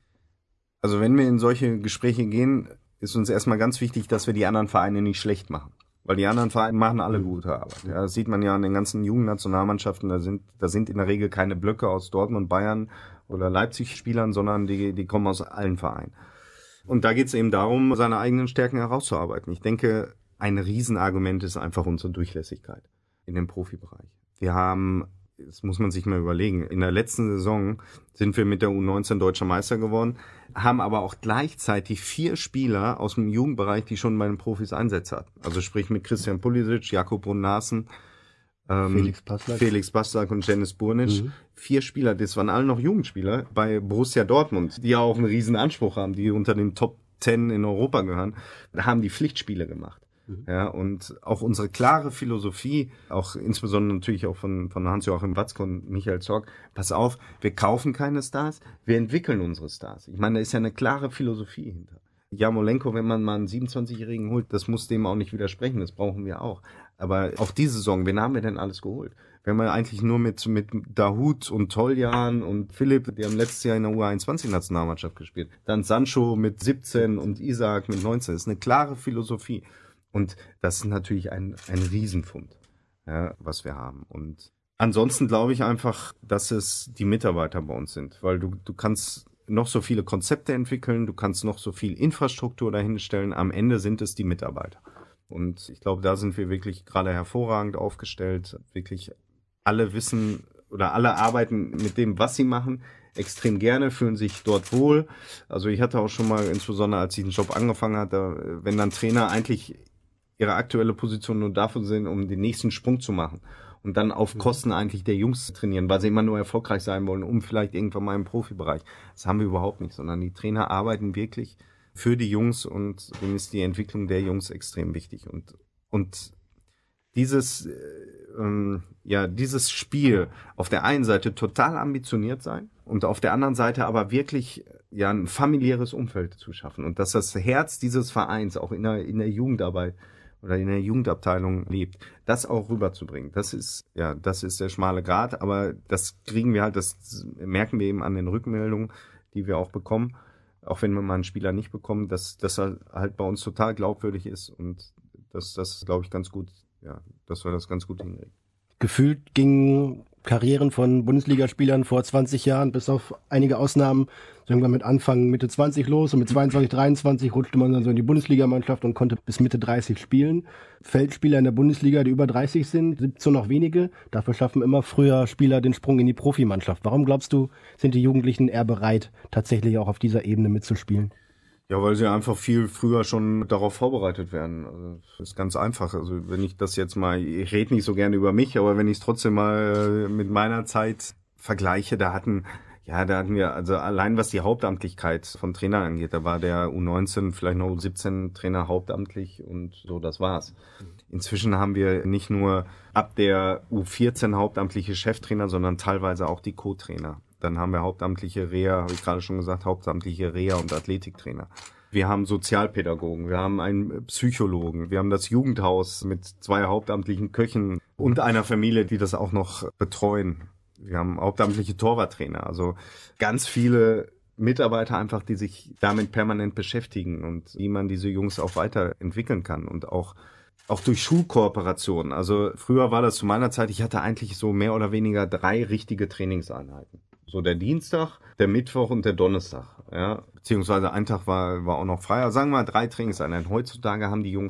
Also wenn wir in solche Gespräche gehen, ist uns erstmal ganz wichtig, dass wir die anderen Vereine nicht schlecht machen. Weil die anderen Vereine machen alle gute Arbeit. Ja, das sieht man ja an den ganzen Jugendnationalmannschaften. Da sind, da sind in der Regel keine Blöcke aus Dortmund, Bayern oder Leipzig-Spielern, sondern die, die kommen aus allen Vereinen. Und da geht es eben darum, seine eigenen Stärken herauszuarbeiten. Ich denke, ein Riesenargument ist einfach unsere Durchlässigkeit in dem Profibereich. Wir haben, das muss man sich mal überlegen, in der letzten Saison sind wir mit der U neunzehn Deutscher Meister geworden, haben aber auch gleichzeitig vier Spieler aus dem Jugendbereich, die schon bei den Profis Einsätze hatten. Also sprich mit Christian Pulisic, Jakub Brun-Larsen, ähm, Felix Baslak. Felix Baslak und Dennis Burnic. Mhm. Vier Spieler, das waren alle noch Jugendspieler bei Borussia Dortmund, die ja auch einen riesen Anspruch haben, die unter den Top Ten in Europa gehören, haben die Pflichtspiele gemacht. Mhm. Ja, und auch unsere klare Philosophie, auch insbesondere natürlich auch von, von Hans-Joachim Watzke und Michael Zorc, pass auf, wir kaufen keine Stars, wir entwickeln unsere Stars. Ich meine, da ist ja eine klare Philosophie hinter. Jarmolenko, wenn man mal einen siebenundzwanzigjährigen holt, das muss dem auch nicht widersprechen, das brauchen wir auch. Aber auch diese Saison, wen haben wir denn alles geholt? Wir haben ja eigentlich nur mit, mit Dahoud und Toljan und Philipp, die haben letztes Jahr in der U einundzwanzig-Nationalmannschaft gespielt. Dann Sancho mit siebzehn und Isaac mit neunzehn. Das ist eine klare Philosophie. Und das ist natürlich ein, ein Riesenfund, ja, was wir haben. Und ansonsten glaube ich einfach, dass es die Mitarbeiter bei uns sind, weil du, du kannst noch so viele Konzepte entwickeln, du kannst noch so viel Infrastruktur dahinstellen, am Ende sind es die Mitarbeiter. Und ich glaube, da sind wir wirklich gerade hervorragend aufgestellt, wirklich alle wissen oder alle arbeiten mit dem, was sie machen, extrem gerne, fühlen sich dort wohl. Also ich hatte auch schon mal, insbesondere als ich den Job angefangen hatte, wenn dann Trainer eigentlich ihre aktuelle Position nur dafür sind, um den nächsten Sprung zu machen und dann auf Kosten eigentlich der Jungs trainieren, weil sie immer nur erfolgreich sein wollen, um vielleicht irgendwann mal im Profibereich. Das haben wir überhaupt nicht, sondern die Trainer arbeiten wirklich für die Jungs und denen ist die Entwicklung der Jungs extrem wichtig. Und, und dieses, ähm, ja, dieses Spiel auf der einen Seite total ambitioniert sein und auf der anderen Seite aber wirklich ja ein familiäres Umfeld zu schaffen und dass das Herz dieses Vereins auch in der, in der Jugendarbeit oder in der Jugendabteilung lebt, das auch rüberzubringen. Das ist, ja, das ist der schmale Grat, aber das kriegen wir halt, das merken wir eben an den Rückmeldungen, die wir auch bekommen, auch wenn wir mal einen Spieler nicht bekommen, dass das halt bei uns total glaubwürdig ist und dass das, glaube ich, ganz gut, ja, dass wir das ganz gut hinkriegen. Gefühlt gingen Karrieren von Bundesligaspielern vor zwanzig Jahren, bis auf einige Ausnahmen, sagen wir mit Anfang Mitte zwanzig los und mit zweiundzwanzig, dreiundzwanzig rutschte man dann so in die Bundesligamannschaft und konnte bis Mitte dreißig spielen. Feldspieler in der Bundesliga, die über dreißig sind, sind so noch wenige. Dafür schaffen immer früher Spieler den Sprung in die Profimannschaft. Warum glaubst du, sind die Jugendlichen eher bereit, tatsächlich auch auf dieser Ebene mitzuspielen? Ja, weil sie einfach viel früher schon darauf vorbereitet werden. Also das ist ganz einfach. Also wenn ich das jetzt mal, ich rede nicht so gerne über mich, aber wenn ich es trotzdem mal mit meiner Zeit vergleiche, da hatten, ja, da hatten wir, also allein was die Hauptamtlichkeit von Trainern angeht, da war der U neunzehn, vielleicht noch U siebzehn Trainer hauptamtlich und so, das war's. Inzwischen haben wir nicht nur ab der U vierzehn hauptamtliche Cheftrainer, sondern teilweise auch die Co-Trainer. Dann haben wir hauptamtliche Reha, habe ich gerade schon gesagt, hauptamtliche Reha- und Athletiktrainer. Wir haben Sozialpädagogen, wir haben einen Psychologen, wir haben das Jugendhaus mit zwei hauptamtlichen Köchen und einer Familie, die das auch noch betreuen. Wir haben hauptamtliche Torwarttrainer, also ganz viele Mitarbeiter einfach, die sich damit permanent beschäftigen und wie man diese Jungs auch weiterentwickeln kann und auch Auch durch Schulkooperationen. Also früher war das zu meiner Zeit, ich hatte eigentlich so mehr oder weniger drei richtige Trainingseinheiten. So der Dienstag, der Mittwoch und der Donnerstag. Ja, beziehungsweise ein Tag war, war auch noch frei. Also sagen wir mal drei Trainingseinheiten. Heutzutage haben die Jungs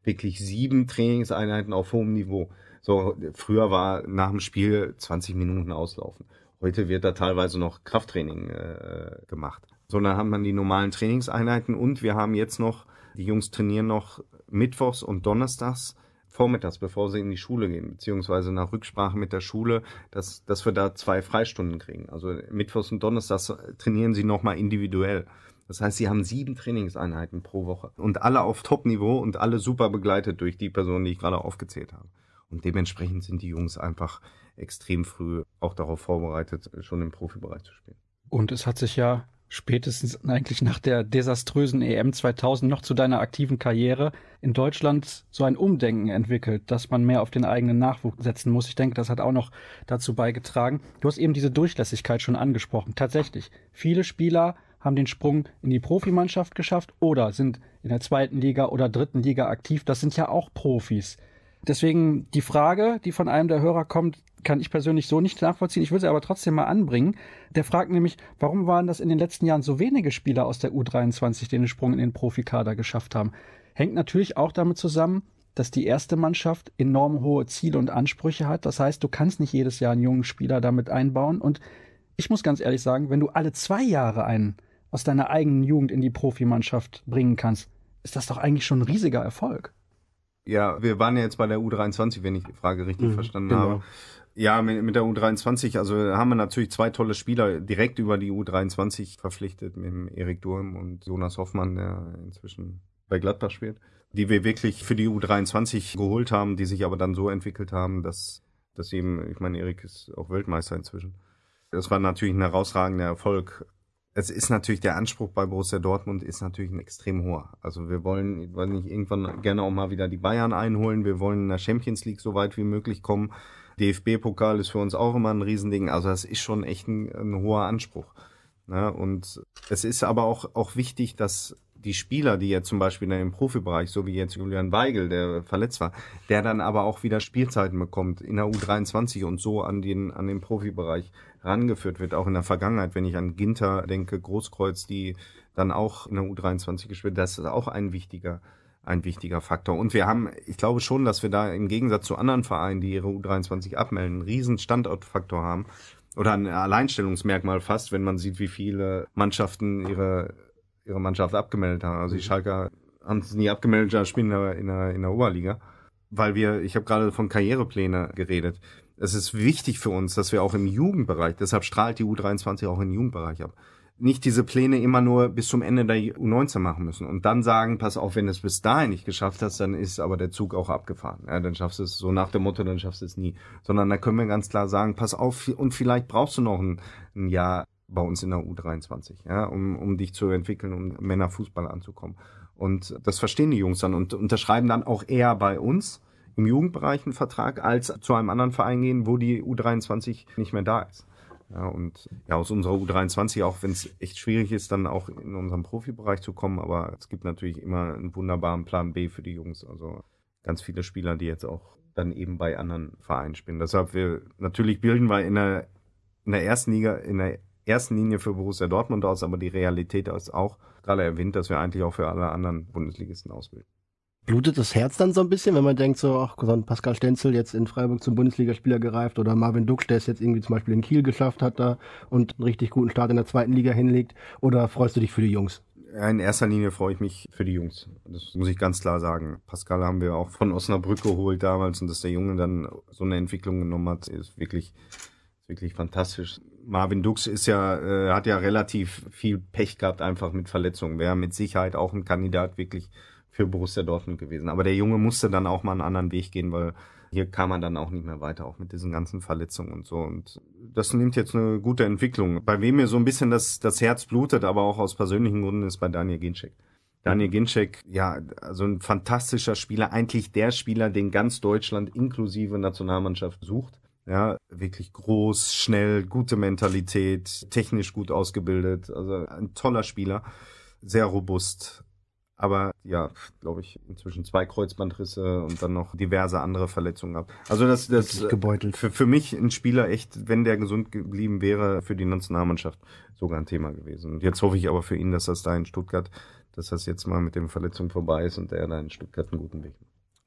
wirklich sieben Trainingseinheiten auf hohem Niveau. So, früher war nach dem Spiel zwanzig Minuten auslaufen. Heute wird da teilweise noch Krafttraining äh, gemacht. So, dann haben wir die normalen Trainingseinheiten und wir haben jetzt noch, die Jungs trainieren noch mittwochs und donnerstags vormittags, bevor sie in die Schule gehen, beziehungsweise nach Rücksprache mit der Schule, dass, dass wir da zwei Freistunden kriegen. Also mittwochs und donnerstags trainieren sie nochmal individuell. Das heißt, sie haben sieben Trainingseinheiten pro Woche und alle auf Top-Niveau und alle super begleitet durch die Personen, die ich gerade aufgezählt habe. Und dementsprechend sind die Jungs einfach extrem früh auch darauf vorbereitet, schon im Profibereich zu spielen. Und es hat sich ja spätestens eigentlich nach der desaströsen E M zweitausend noch zu deiner aktiven Karriere in Deutschland so ein Umdenken entwickelt, dass man mehr auf den eigenen Nachwuchs setzen muss. Ich denke, das hat auch noch dazu beigetragen. Du hast eben diese Durchlässigkeit schon angesprochen. Tatsächlich, viele Spieler haben den Sprung in die Profimannschaft geschafft oder sind in der zweiten Liga oder dritten Liga aktiv. Das sind ja auch Profis. Deswegen die Frage, die von einem der Hörer kommt, kann ich persönlich so nicht nachvollziehen. Ich will sie aber trotzdem mal anbringen. Der fragt nämlich, warum waren das in den letzten Jahren so wenige Spieler aus der U dreiundzwanzig, die den Sprung in den Profikader geschafft haben? Hängt natürlich auch damit zusammen, dass die erste Mannschaft enorm hohe Ziele und Ansprüche hat. Das heißt, du kannst nicht jedes Jahr einen jungen Spieler damit einbauen. Und ich muss ganz ehrlich sagen, wenn du alle zwei Jahre einen aus deiner eigenen Jugend in die Profimannschaft bringen kannst, ist das doch eigentlich schon ein riesiger Erfolg. Ja, wir waren ja jetzt bei der U dreiundzwanzig, wenn ich die Frage richtig mhm, verstanden genau. habe. Ja, mit, mit der U dreiundzwanzig, also haben wir natürlich zwei tolle Spieler direkt über die U dreiundzwanzig verpflichtet, mit dem Erik Durm und Jonas Hoffmann, der inzwischen bei Gladbach spielt, die wir wirklich für die U dreiundzwanzig geholt haben, die sich aber dann so entwickelt haben, dass, dass eben, ich meine, Erik ist auch Weltmeister inzwischen. Das war natürlich ein herausragender Erfolg. Es ist natürlich, der Anspruch bei Borussia Dortmund ist natürlich ein extrem hoher. Also wir wollen, ich weiß nicht, irgendwann gerne auch mal wieder die Bayern einholen. Wir wollen in der Champions League so weit wie möglich kommen. D F B-Pokal ist für uns auch immer ein Riesending. Also das ist schon echt ein, ein hoher Anspruch. Ja, und es ist aber auch, auch wichtig, dass die Spieler, die jetzt zum Beispiel im Profibereich, so wie jetzt Julian Weigel, der verletzt war, der dann aber auch wieder Spielzeiten bekommt in der U dreiundzwanzig und so an den, an den Profibereich rangeführt wird, auch in der Vergangenheit, wenn ich an Ginter denke, Großkreuz, die dann auch in der U dreiundzwanzig gespielt, das ist auch ein wichtiger, ein wichtiger Faktor. Und wir haben, ich glaube schon, dass wir da im Gegensatz zu anderen Vereinen, die ihre U dreiundzwanzig abmelden, einen riesen Standortfaktor haben oder ein Alleinstellungsmerkmal fast, wenn man sieht, wie viele Mannschaften ihre ihre Mannschaft abgemeldet haben. Also die Schalker haben es nie abgemeldet, spielen in der, in der, in der Oberliga. Weil wir, ich habe gerade von Karrierepläne geredet. Es ist wichtig für uns, dass wir auch im Jugendbereich, deshalb strahlt die U dreiundzwanzig auch im Jugendbereich ab, nicht diese Pläne immer nur bis zum Ende der U neunzehn machen müssen und dann sagen, pass auf, wenn du es bis dahin nicht geschafft hast, dann ist aber der Zug auch abgefahren. Ja, dann schaffst du es so nach dem Motto, dann schaffst du es nie. Sondern da können wir ganz klar sagen, pass auf, und vielleicht brauchst du noch ein, ein Jahr bei uns in der U dreiundzwanzig, ja, um, um dich zu entwickeln, um Männerfußball anzukommen. Und das verstehen die Jungs dann und unterschreiben dann auch eher bei uns im Jugendbereich einen Vertrag, als zu einem anderen Verein gehen, wo die U dreiundzwanzig nicht mehr da ist. Ja, und ja, aus unserer U dreiundzwanzig, auch wenn es echt schwierig ist, dann auch in unserem Profibereich zu kommen, aber es gibt natürlich immer einen wunderbaren Plan B für die Jungs. Also ganz viele Spieler, die jetzt auch dann eben bei anderen Vereinen spielen. Deshalb wir natürlich bilden wir in der, in der ersten Liga, in der ersten Linie für Borussia Dortmund aus, aber die Realität ist auch gerade erwähnt, dass wir eigentlich auch für alle anderen Bundesligisten ausbilden. Blutet das Herz dann so ein bisschen, wenn man denkt, so, ach, so ein Pascal Stenzel jetzt in Freiburg zum Bundesligaspieler gereift oder Marvin Duksch, der es jetzt irgendwie zum Beispiel in Kiel geschafft hat da und einen richtig guten Start in der zweiten Liga hinlegt, oder freust du dich für die Jungs? Ja, in erster Linie freue ich mich für die Jungs. Das muss ich ganz klar sagen. Pascal haben wir auch von Osnabrück geholt damals und dass der Junge dann so eine Entwicklung genommen hat, ist wirklich, ist wirklich fantastisch. Marvin Duksch ist ja, äh, hat ja relativ viel Pech gehabt, einfach mit Verletzungen. Wäre mit Sicherheit auch ein Kandidat wirklich für Borussia Dortmund gewesen. Aber der Junge musste dann auch mal einen anderen Weg gehen, weil hier kam er dann auch nicht mehr weiter, auch mit diesen ganzen Verletzungen und so. Und das nimmt jetzt eine gute Entwicklung. Bei wem mir so ein bisschen das, das Herz blutet, aber auch aus persönlichen Gründen, ist bei Daniel Ginczek. Daniel Ginczek, ja, also ein fantastischer Spieler, eigentlich der Spieler, den ganz Deutschland inklusive Nationalmannschaft sucht. Ja, wirklich groß, schnell, gute Mentalität, technisch gut ausgebildet, also ein toller Spieler, sehr robust. Aber ja, glaube ich, inzwischen zwei Kreuzbandrisse und dann noch diverse andere Verletzungen ab. Also das, das gebeutelt. Für, für mich ein Spieler echt, wenn der gesund geblieben wäre, für die Nationalmannschaft sogar ein Thema gewesen. Und jetzt hoffe ich aber für ihn, dass das da in Stuttgart, dass das jetzt mal mit den Verletzungen vorbei ist und er da in Stuttgart einen guten Weg macht.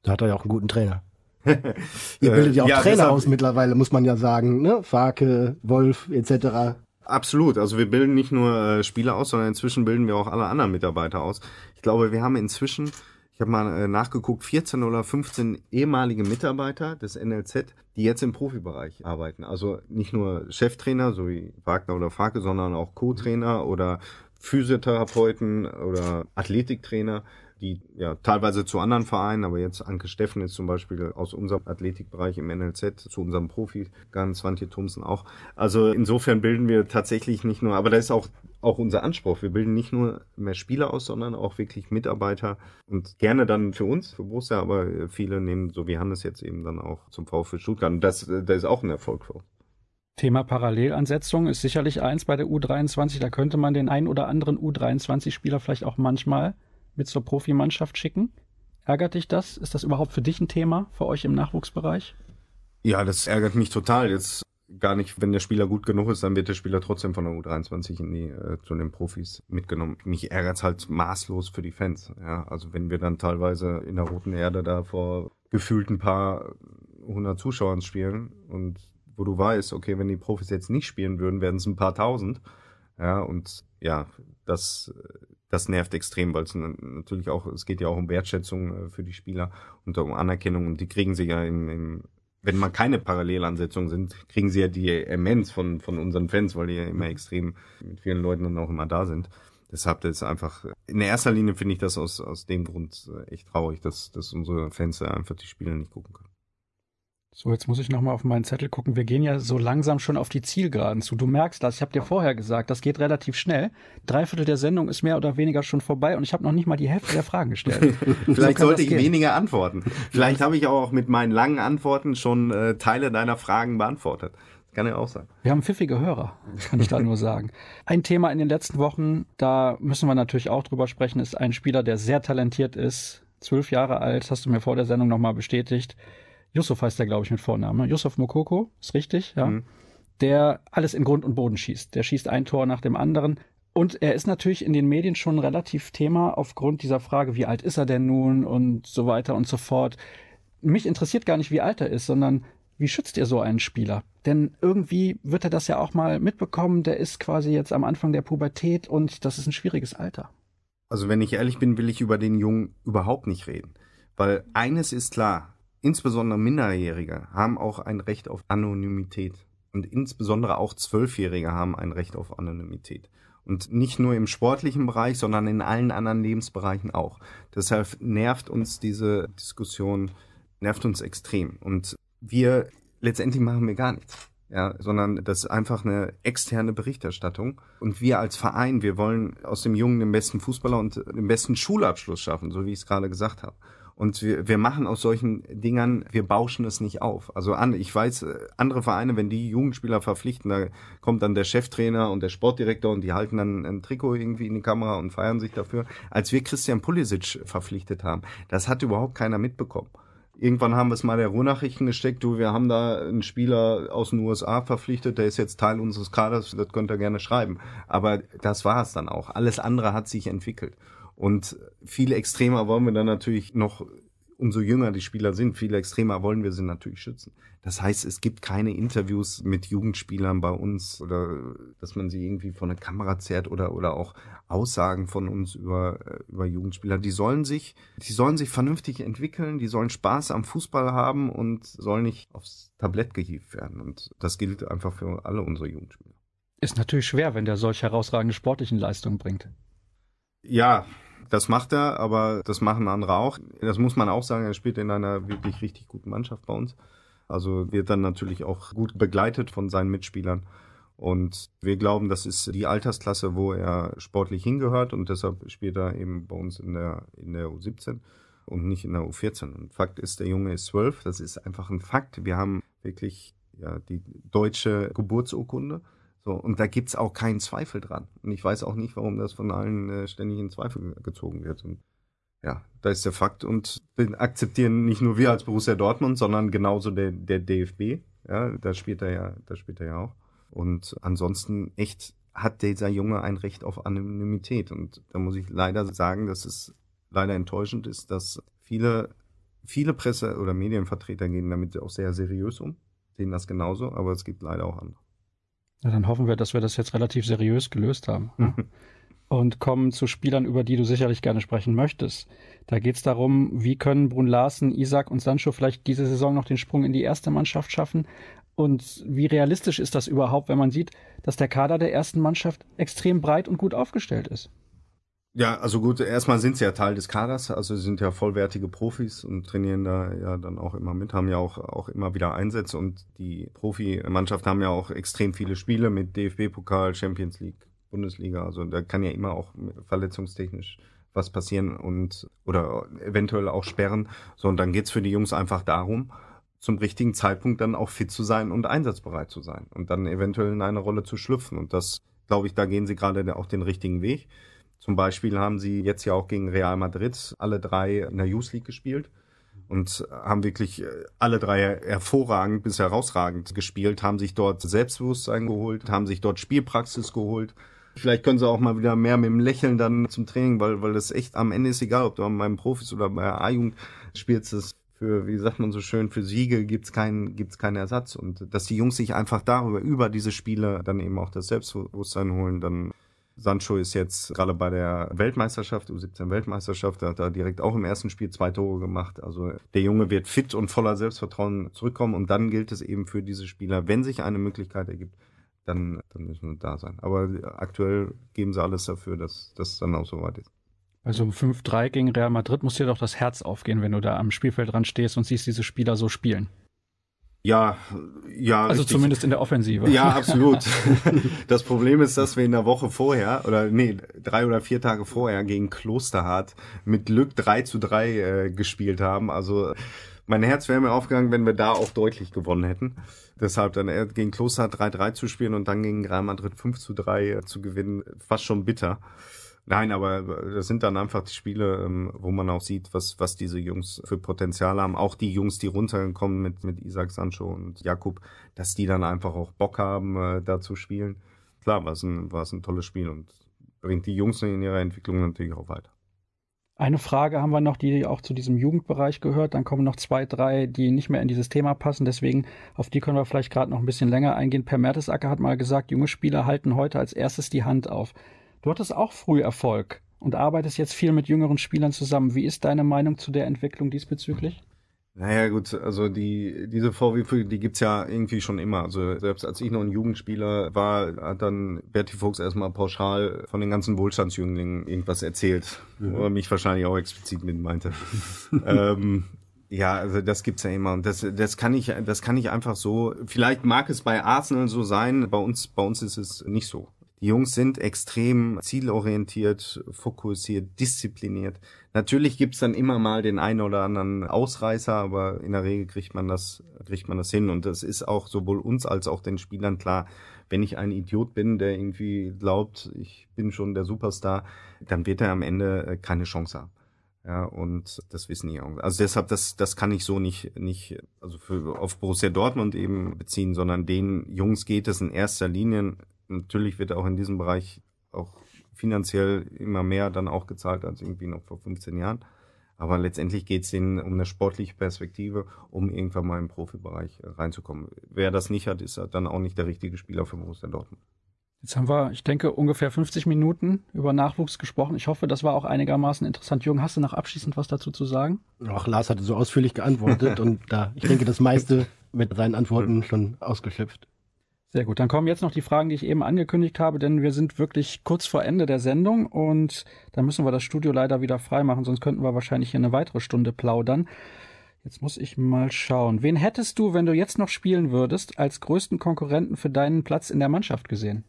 Da hat er ja auch einen guten Trainer. Ihr bildet ja auch ja, Trainer deshalb, aus mittlerweile, muss man ja sagen, ne? Farke, Wolf et cetera. Absolut. Also wir bilden nicht nur äh, Spieler aus, sondern inzwischen bilden wir auch alle anderen Mitarbeiter aus. Ich glaube, wir haben inzwischen, ich habe mal äh, nachgeguckt, vierzehn oder fünfzehn ehemalige Mitarbeiter des N L Z, die jetzt im Profibereich arbeiten. Also nicht nur Cheftrainer, so wie Wagner oder Farke, sondern auch Co-Trainer oder Physiotherapeuten oder Athletiktrainer, die ja teilweise zu anderen Vereinen, aber jetzt Anke Steffen ist zum Beispiel aus unserem Athletikbereich im N L Z zu unserem Profi, ganz Swantje Thomsen auch. Also insofern bilden wir tatsächlich nicht nur, aber das ist auch auch unser Anspruch. Wir bilden nicht nur mehr Spieler aus, sondern auch wirklich Mitarbeiter und gerne dann für uns, für Borussia, aber viele nehmen, so wie Hannes jetzt eben dann auch zum VfL Stuttgart. Und das, das ist auch ein Erfolg für uns. Thema Parallelansetzung ist sicherlich eins bei der U dreiundzwanzig. Da könnte man den einen oder anderen U dreiundzwanzig-Spieler vielleicht auch manchmal mit zur Profimannschaft schicken. Ärgert dich das? Ist das überhaupt für dich ein Thema, für euch im Nachwuchsbereich? Ja, das ärgert mich total. Jetzt gar nicht, wenn der Spieler gut genug ist, dann wird der Spieler trotzdem von der U dreiundzwanzig in die, äh, zu den Profis mitgenommen. Mich ärgert's halt maßlos für die Fans. Ja, also wenn wir dann teilweise in der Roten Erde da vor gefühlt ein paar hundert Zuschauern spielen und wo du weißt, okay, wenn die Profis jetzt nicht spielen würden, werden es ein paar tausend. Ja, und ja, das, das nervt extrem, weil es natürlich auch, es geht ja auch um Wertschätzung für die Spieler und um Anerkennung und die kriegen sie ja im, im wenn mal keine Parallelansetzungen sind, kriegen sie ja die immens von, von unseren Fans, weil die ja immer extrem mit vielen Leuten dann auch immer da sind. Deshalb ist einfach, in erster Linie finde ich das aus, aus dem Grund echt traurig, dass, dass unsere Fans einfach die Spiele nicht gucken können. So, jetzt muss ich nochmal auf meinen Zettel gucken. Wir gehen ja so langsam schon auf die Zielgeraden zu. Du merkst das, ich habe dir vorher gesagt, das geht relativ schnell. Dreiviertel der Sendung ist mehr oder weniger schon vorbei und ich habe noch nicht mal die Hälfte der Fragen gestellt. Vielleicht so sollte ich gehen. weniger antworten. Vielleicht habe ich auch mit meinen langen Antworten schon äh, Teile deiner Fragen beantwortet. Das kann ja auch sein. Wir haben pfiffige Hörer, kann ich da nur sagen. Ein Thema in den letzten Wochen, da müssen wir natürlich auch drüber sprechen, ist ein Spieler, der sehr talentiert ist. Zwölf Jahre alt, hast du mir vor der Sendung nochmal bestätigt. Yusuf heißt der, glaube ich, mit Vornamen. Yusuf Moukoko, ist richtig, ja. Mhm. Der alles in Grund und Boden schießt. Der schießt ein Tor nach dem anderen. Und er ist natürlich in den Medien schon relativ Thema aufgrund dieser Frage, wie alt ist er denn nun und so weiter und so fort. Mich interessiert gar nicht, wie alt er ist, sondern wie schützt ihr so einen Spieler? Denn irgendwie wird er das ja auch mal mitbekommen. Der ist quasi jetzt am Anfang der Pubertät und das ist ein schwieriges Alter. Also wenn ich ehrlich bin, will ich über den Jungen überhaupt nicht reden. Weil eines ist klar, insbesondere Minderjährige haben auch ein Recht auf Anonymität. Und insbesondere auch Zwölfjährige haben ein Recht auf Anonymität. Und nicht nur im sportlichen Bereich, sondern in allen anderen Lebensbereichen auch. Deshalb nervt uns diese Diskussion, nervt uns extrem. Und wir, letztendlich machen wir gar nichts. Ja, sondern das ist einfach eine externe Berichterstattung. Und wir als Verein, wir wollen aus dem Jungen den besten Fußballer und den besten Schulabschluss schaffen, so wie ich es gerade gesagt habe. Und wir, wir machen aus solchen Dingern, wir bauschen es nicht auf. Also an, ich weiß, andere Vereine, wenn die Jugendspieler verpflichten, da kommt dann der Cheftrainer und der Sportdirektor und die halten dann ein Trikot irgendwie in die Kamera und feiern sich dafür. Als wir Christian Pulisic verpflichtet haben, das hat überhaupt keiner mitbekommen. Irgendwann haben wir es mal der Ruhrnachrichten gesteckt, du, wir haben da einen Spieler aus den U S A verpflichtet, der ist jetzt Teil unseres Kaders, das könnt ihr gerne schreiben. Aber das war es dann auch. Alles andere hat sich entwickelt. Und viel extremer wollen wir dann natürlich noch, umso jünger die Spieler sind, viel extremer wollen wir sie natürlich schützen. Das heißt, es gibt keine Interviews mit Jugendspielern bei uns oder dass man sie irgendwie vor eine Kamera zerrt oder oder auch Aussagen von uns über über Jugendspieler. Die sollen sich, die sollen sich vernünftig entwickeln, die sollen Spaß am Fußball haben und sollen nicht aufs Tablett gehievt werden. Und das gilt einfach für alle unsere Jugendspieler. Ist natürlich schwer, wenn der solch herausragende sportlichen Leistungen bringt. Ja, das macht er, aber das machen andere auch. Das muss man auch sagen, er spielt in einer wirklich richtig guten Mannschaft bei uns. Also wird dann natürlich auch gut begleitet von seinen Mitspielern. Und wir glauben, das ist die Altersklasse, wo er sportlich hingehört und deshalb spielt er eben bei uns in der, in der U siebzehn und nicht in der U vierzehn. Und Fakt ist, der Junge ist zwölf, das ist einfach ein Fakt. Wir haben wirklich ja die deutsche Geburtsurkunde. So, und da gibt's auch keinen Zweifel dran. Und ich weiß auch nicht, warum das von allen äh, ständig in Zweifel gezogen wird. Und ja, da ist der Fakt. Und wir akzeptieren nicht nur wir als Borussia Dortmund, sondern genauso der, der D F B. Ja, da spielt er ja, da spielt er ja auch. Und ansonsten echt hat dieser Junge ein Recht auf Anonymität. Und da muss ich leider sagen, dass es leider enttäuschend ist, dass viele viele Presse- oder Medienvertreter gehen damit auch sehr seriös um, sehen das genauso, aber es gibt leider auch andere. Ja, dann hoffen wir, dass wir das jetzt relativ seriös gelöst haben. Ne? Und kommen zu Spielern, über die du sicherlich gerne sprechen möchtest. Da geht es darum, wie können Brun Larsen, Isak und Sancho vielleicht diese Saison noch den Sprung in die erste Mannschaft schaffen? Und wie realistisch ist das überhaupt, wenn man sieht, dass der Kader der ersten Mannschaft extrem breit und gut aufgestellt ist? Ja, also gut, erstmal sind sie ja Teil des Kaders, also sie sind ja vollwertige Profis und trainieren da ja dann auch immer mit, haben ja auch, auch immer wieder Einsätze und die Profimannschaften haben ja auch extrem viele Spiele mit D F B-Pokal, Champions League, Bundesliga, also da kann ja immer auch verletzungstechnisch was passieren und oder eventuell auch sperren. So, und dann geht's für die Jungs einfach darum, zum richtigen Zeitpunkt dann auch fit zu sein und einsatzbereit zu sein und dann eventuell in eine Rolle zu schlüpfen. Und das, glaube ich, da gehen sie gerade auch den richtigen Weg. Zum Beispiel haben sie jetzt ja auch gegen Real Madrid alle drei in der Youth League gespielt und haben wirklich alle drei hervorragend bis herausragend gespielt, haben sich dort Selbstbewusstsein geholt, haben sich dort Spielpraxis geholt. Vielleicht können sie auch mal wieder mehr mit dem Lächeln dann zum Training, weil weil das echt am Ende ist egal, ob du bei meinen Profis oder bei der A-Jugend spielst, das für, wie sagt man so schön, für Siege gibt's keinen gibt's keinen Ersatz. Und dass die Jungs sich einfach darüber, über diese Spiele dann eben auch das Selbstbewusstsein holen, dann Sancho ist jetzt gerade bei der Weltmeisterschaft, U siebzehn Weltmeisterschaft, da hat er direkt auch im ersten Spiel zwei Tore gemacht. Also der Junge wird fit und voller Selbstvertrauen zurückkommen und dann gilt es eben für diese Spieler, wenn sich eine Möglichkeit ergibt, dann, dann müssen wir da sein. Aber aktuell geben sie alles dafür, dass das dann auch so weit ist. Also um fünf drei gegen Real Madrid muss dir doch das Herz aufgehen, wenn du da am Spielfeld dran stehst und siehst diese Spieler so spielen. Ja, ja. Also richtig. Zumindest in der Offensive. Ja, absolut. Das Problem ist, dass wir in der Woche vorher, oder nee, drei oder vier Tage vorher gegen Klosterhardt mit Glück drei zu drei äh, gespielt haben. Also mein Herz wäre mir aufgegangen, wenn wir da auch deutlich gewonnen hätten. Deshalb dann gegen Klosterhardt drei drei zu spielen und dann gegen Real Madrid fünf zu drei zu gewinnen, fast schon bitter. Nein, aber das sind dann einfach die Spiele, wo man auch sieht, was was diese Jungs für Potenzial haben. Auch die Jungs, die runtergekommen mit mit Isak, Sancho und Jakub, dass die dann einfach auch Bock haben, da zu spielen. Klar, war es ein, war es ein tolles Spiel und bringt die Jungs in ihrer Entwicklung natürlich auch weiter. Eine Frage haben wir noch, die auch zu diesem Jugendbereich gehört. Dann kommen noch zwei, drei, die nicht mehr in dieses Thema passen. Deswegen, auf die können wir vielleicht gerade noch ein bisschen länger eingehen. Per Mertesacker hat mal gesagt, junge Spieler halten heute als erstes die Hand auf. Du hattest auch früh Erfolg und arbeitest jetzt viel mit jüngeren Spielern zusammen. Wie ist deine Meinung zu der Entwicklung diesbezüglich? Naja gut, also die diese Vorwürfe, die gibt's ja irgendwie schon immer. Also selbst als ich noch ein Jugendspieler war, hat dann Berti Fuchs erstmal pauschal von den ganzen Wohlstandsjünglingen irgendwas erzählt. Mhm. Oder mich wahrscheinlich auch explizit mit meinte. ähm, ja, also das gibt's ja immer. Und das das kann ich das kann ich einfach so. Vielleicht mag es bei Arsenal so sein, bei uns bei uns ist es nicht so. Die Jungs sind extrem zielorientiert, fokussiert, diszipliniert. Natürlich gibt's dann immer mal den einen oder anderen Ausreißer, aber in der Regel kriegt man das, kriegt man das hin. Und das ist auch sowohl uns als auch den Spielern klar. Wenn ich ein Idiot bin, der irgendwie glaubt, ich bin schon der Superstar, dann wird er am Ende keine Chance haben. Ja, und das wissen die auch. Also deshalb, das, das kann ich so nicht, nicht, also für, auf Borussia Dortmund eben beziehen, sondern den Jungs geht es in erster Linie. Natürlich wird auch in diesem Bereich auch finanziell immer mehr dann auch gezahlt als irgendwie noch vor fünfzehn Jahren. Aber letztendlich geht es denen um eine sportliche Perspektive, um irgendwann mal im Profibereich reinzukommen. Wer das nicht hat, ist dann auch nicht der richtige Spieler für Borussia Dortmund. Jetzt haben wir, ich denke, ungefähr fünfzig Minuten über Nachwuchs gesprochen. Ich hoffe, das war auch einigermaßen interessant. Jürgen, hast du noch abschließend was dazu zu sagen? Ach, Lars hatte so ausführlich geantwortet und da, ich denke, das meiste mit seinen Antworten schon ausgeschöpft. Sehr gut, dann kommen jetzt noch die Fragen, die ich eben angekündigt habe, denn wir sind wirklich kurz vor Ende der Sendung und dann müssen wir das Studio leider wieder freimachen, sonst könnten wir wahrscheinlich hier eine weitere Stunde plaudern. Jetzt muss ich mal schauen. Wen hättest du, wenn du jetzt noch spielen würdest, als größten Konkurrenten für deinen Platz in der Mannschaft gesehen?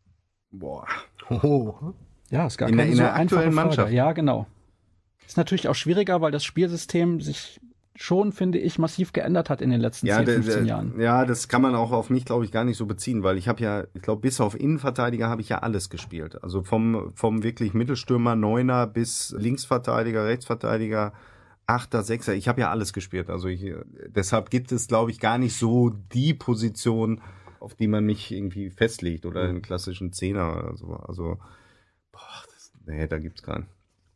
Boah. Oh. Ja, ist gar in keine der, in so der einfache aktuellen Frage. Mannschaft. Ja, genau. Ist natürlich auch schwieriger, weil das Spielsystem sich schon, finde ich, massiv geändert hat in den letzten ja, zehn, der, fünfzehn der, Jahren. Ja, das kann man auch auf mich, glaube ich, gar nicht so beziehen, weil ich habe ja, ich glaube, bis auf Innenverteidiger habe ich ja alles gespielt. Also vom vom wirklich Mittelstürmer, Neuner bis Linksverteidiger, Rechtsverteidiger, Achter, Sechser. Ich habe ja alles gespielt. Also ich, deshalb gibt es, glaube ich, gar nicht so die Position, auf die man mich irgendwie festlegt oder einen klassischen Zehner oder so. Also, boah, das, nee, da gibt's keinen.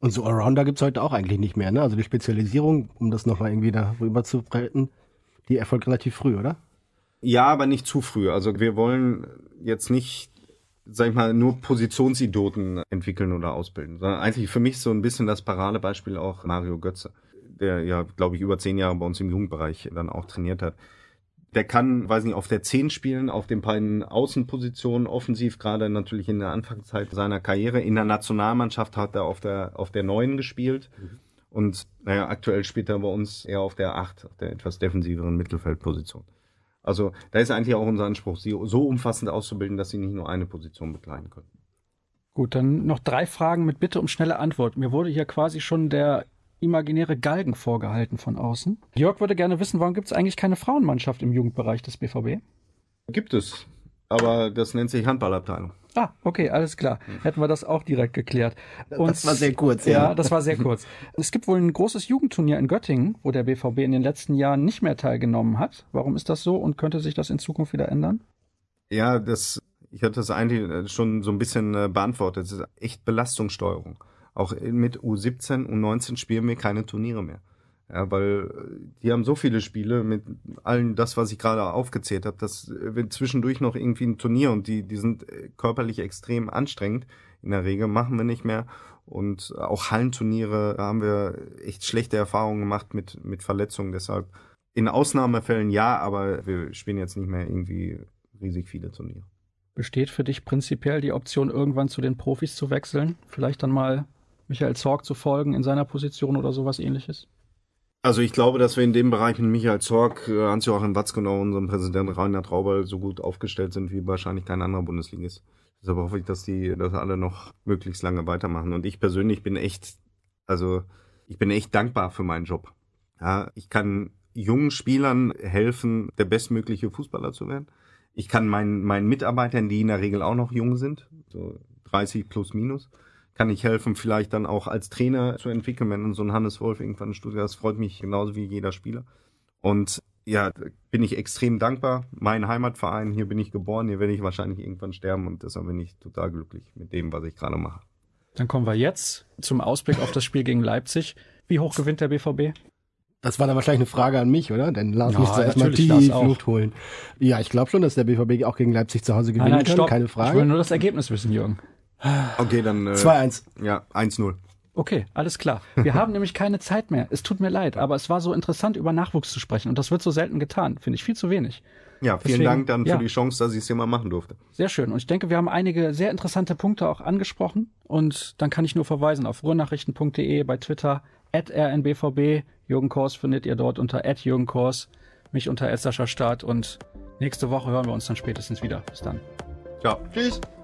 Und so Allrounder gibt's heute auch eigentlich nicht mehr, ne? Also die Spezialisierung, um das nochmal irgendwie da rüber zu breiten, die erfolgt relativ früh, oder? Ja, aber nicht zu früh. Also wir wollen jetzt nicht, sag ich mal, nur Positionsidioten entwickeln oder ausbilden, sondern eigentlich für mich so ein bisschen das Paradebeispiel auch Mario Götze, der ja, glaube ich, über zehn Jahre bei uns im Jugendbereich dann auch trainiert hat. Der kann, weiß nicht, auf der zehn spielen, auf den beiden Außenpositionen, offensiv, gerade natürlich in der Anfangszeit seiner Karriere. In der Nationalmannschaft hat er auf der auf der neun gespielt. Mhm. Und naja, aktuell spielt er bei uns eher auf der acht, auf der etwas defensiveren Mittelfeldposition. Also da ist eigentlich auch unser Anspruch, sie so umfassend auszubilden, dass sie nicht nur eine Position bekleiden können. Gut, dann noch drei Fragen mit Bitte um schnelle Antwort. Mir wurde hier quasi schon der imaginäre Galgen vorgehalten von außen. Jörg würde gerne wissen, warum gibt es eigentlich keine Frauenmannschaft im Jugendbereich des B V B? Gibt es, aber das nennt sich Handballabteilung. Ah, okay, alles klar. Hätten wir das auch direkt geklärt. Und das war sehr kurz, ja. Ja, das war sehr kurz. Es gibt wohl ein großes Jugendturnier in Göttingen, wo der B V B in den letzten Jahren nicht mehr teilgenommen hat. Warum ist das so und könnte sich das in Zukunft wieder ändern? Ja, das, ich hatte das eigentlich schon so ein bisschen beantwortet. Das ist echt Belastungssteuerung. Auch mit U siebzehn, U neunzehn spielen wir keine Turniere mehr. Ja, weil die haben so viele Spiele mit allen das, was ich gerade aufgezählt habe, dass wenn zwischendurch noch irgendwie ein Turnier und die, die sind körperlich extrem anstrengend. In der Regel machen wir nicht mehr. Und auch Hallenturniere haben wir echt schlechte Erfahrungen gemacht mit, mit Verletzungen. Deshalb in Ausnahmefällen ja, aber wir spielen jetzt nicht mehr irgendwie riesig viele Turniere. Besteht für dich prinzipiell die Option, irgendwann zu den Profis zu wechseln? Vielleicht dann mal Michael Zorc zu folgen in seiner Position oder sowas Ähnliches? Also ich glaube, dass wir in dem Bereich mit Michael Zorc, Hans-Joachim Watzke und unserem Präsidenten Reinhard Raubal so gut aufgestellt sind wie wahrscheinlich kein anderer Bundesligist. Deshalb hoffe ich, dass die, dass alle noch möglichst lange weitermachen. Und ich persönlich bin echt, also ich bin echt dankbar für meinen Job. Ja, ich kann jungen Spielern helfen, der bestmögliche Fußballer zu werden. Ich kann meinen, meinen Mitarbeitern, die in der Regel auch noch jung sind, so dreißig plus minus, kann ich helfen, vielleicht dann auch als Trainer zu entwickeln, wenn so ein Hannes Wolf irgendwann in Stuttgart, das freut mich genauso wie jeder Spieler. Und ja, bin ich extrem dankbar. Mein Heimatverein, hier bin ich geboren, hier werde ich wahrscheinlich irgendwann sterben und deshalb bin ich total glücklich mit dem, was ich gerade mache. Dann kommen wir jetzt zum Ausblick auf das Spiel gegen Leipzig. Wie hoch gewinnt der B V B? Das war dann wahrscheinlich eine Frage an mich, oder? Denn Lars ja, muss da erstmal tief Luft holen. Ja, ich glaube schon, dass der B V B auch gegen Leipzig zu Hause gewinnen nein, nein, kann, stopp. keine Frage. Ich will nur das Ergebnis wissen, Jürgen. Okay, dann äh, zwei eins. Ja, eins null. Okay, alles klar. Wir haben nämlich keine Zeit mehr. Es tut mir leid, aber es war so interessant, über Nachwuchs zu sprechen. Und das wird so selten getan, finde ich viel zu wenig. Ja, vielen Deswegen, Dank dann für ja. die Chance, dass ich es hier mal machen durfte. Sehr schön. Und ich denke, wir haben einige sehr interessante Punkte auch angesprochen. Und dann kann ich nur verweisen auf ruhrnachrichten punkt de, bei Twitter, at r n b v b. Jürgen Kors findet ihr dort unter at Jürgen Kors, mich unter at Sascha Staat. Und nächste Woche hören wir uns dann spätestens wieder. Bis dann. Ciao. Tschüss.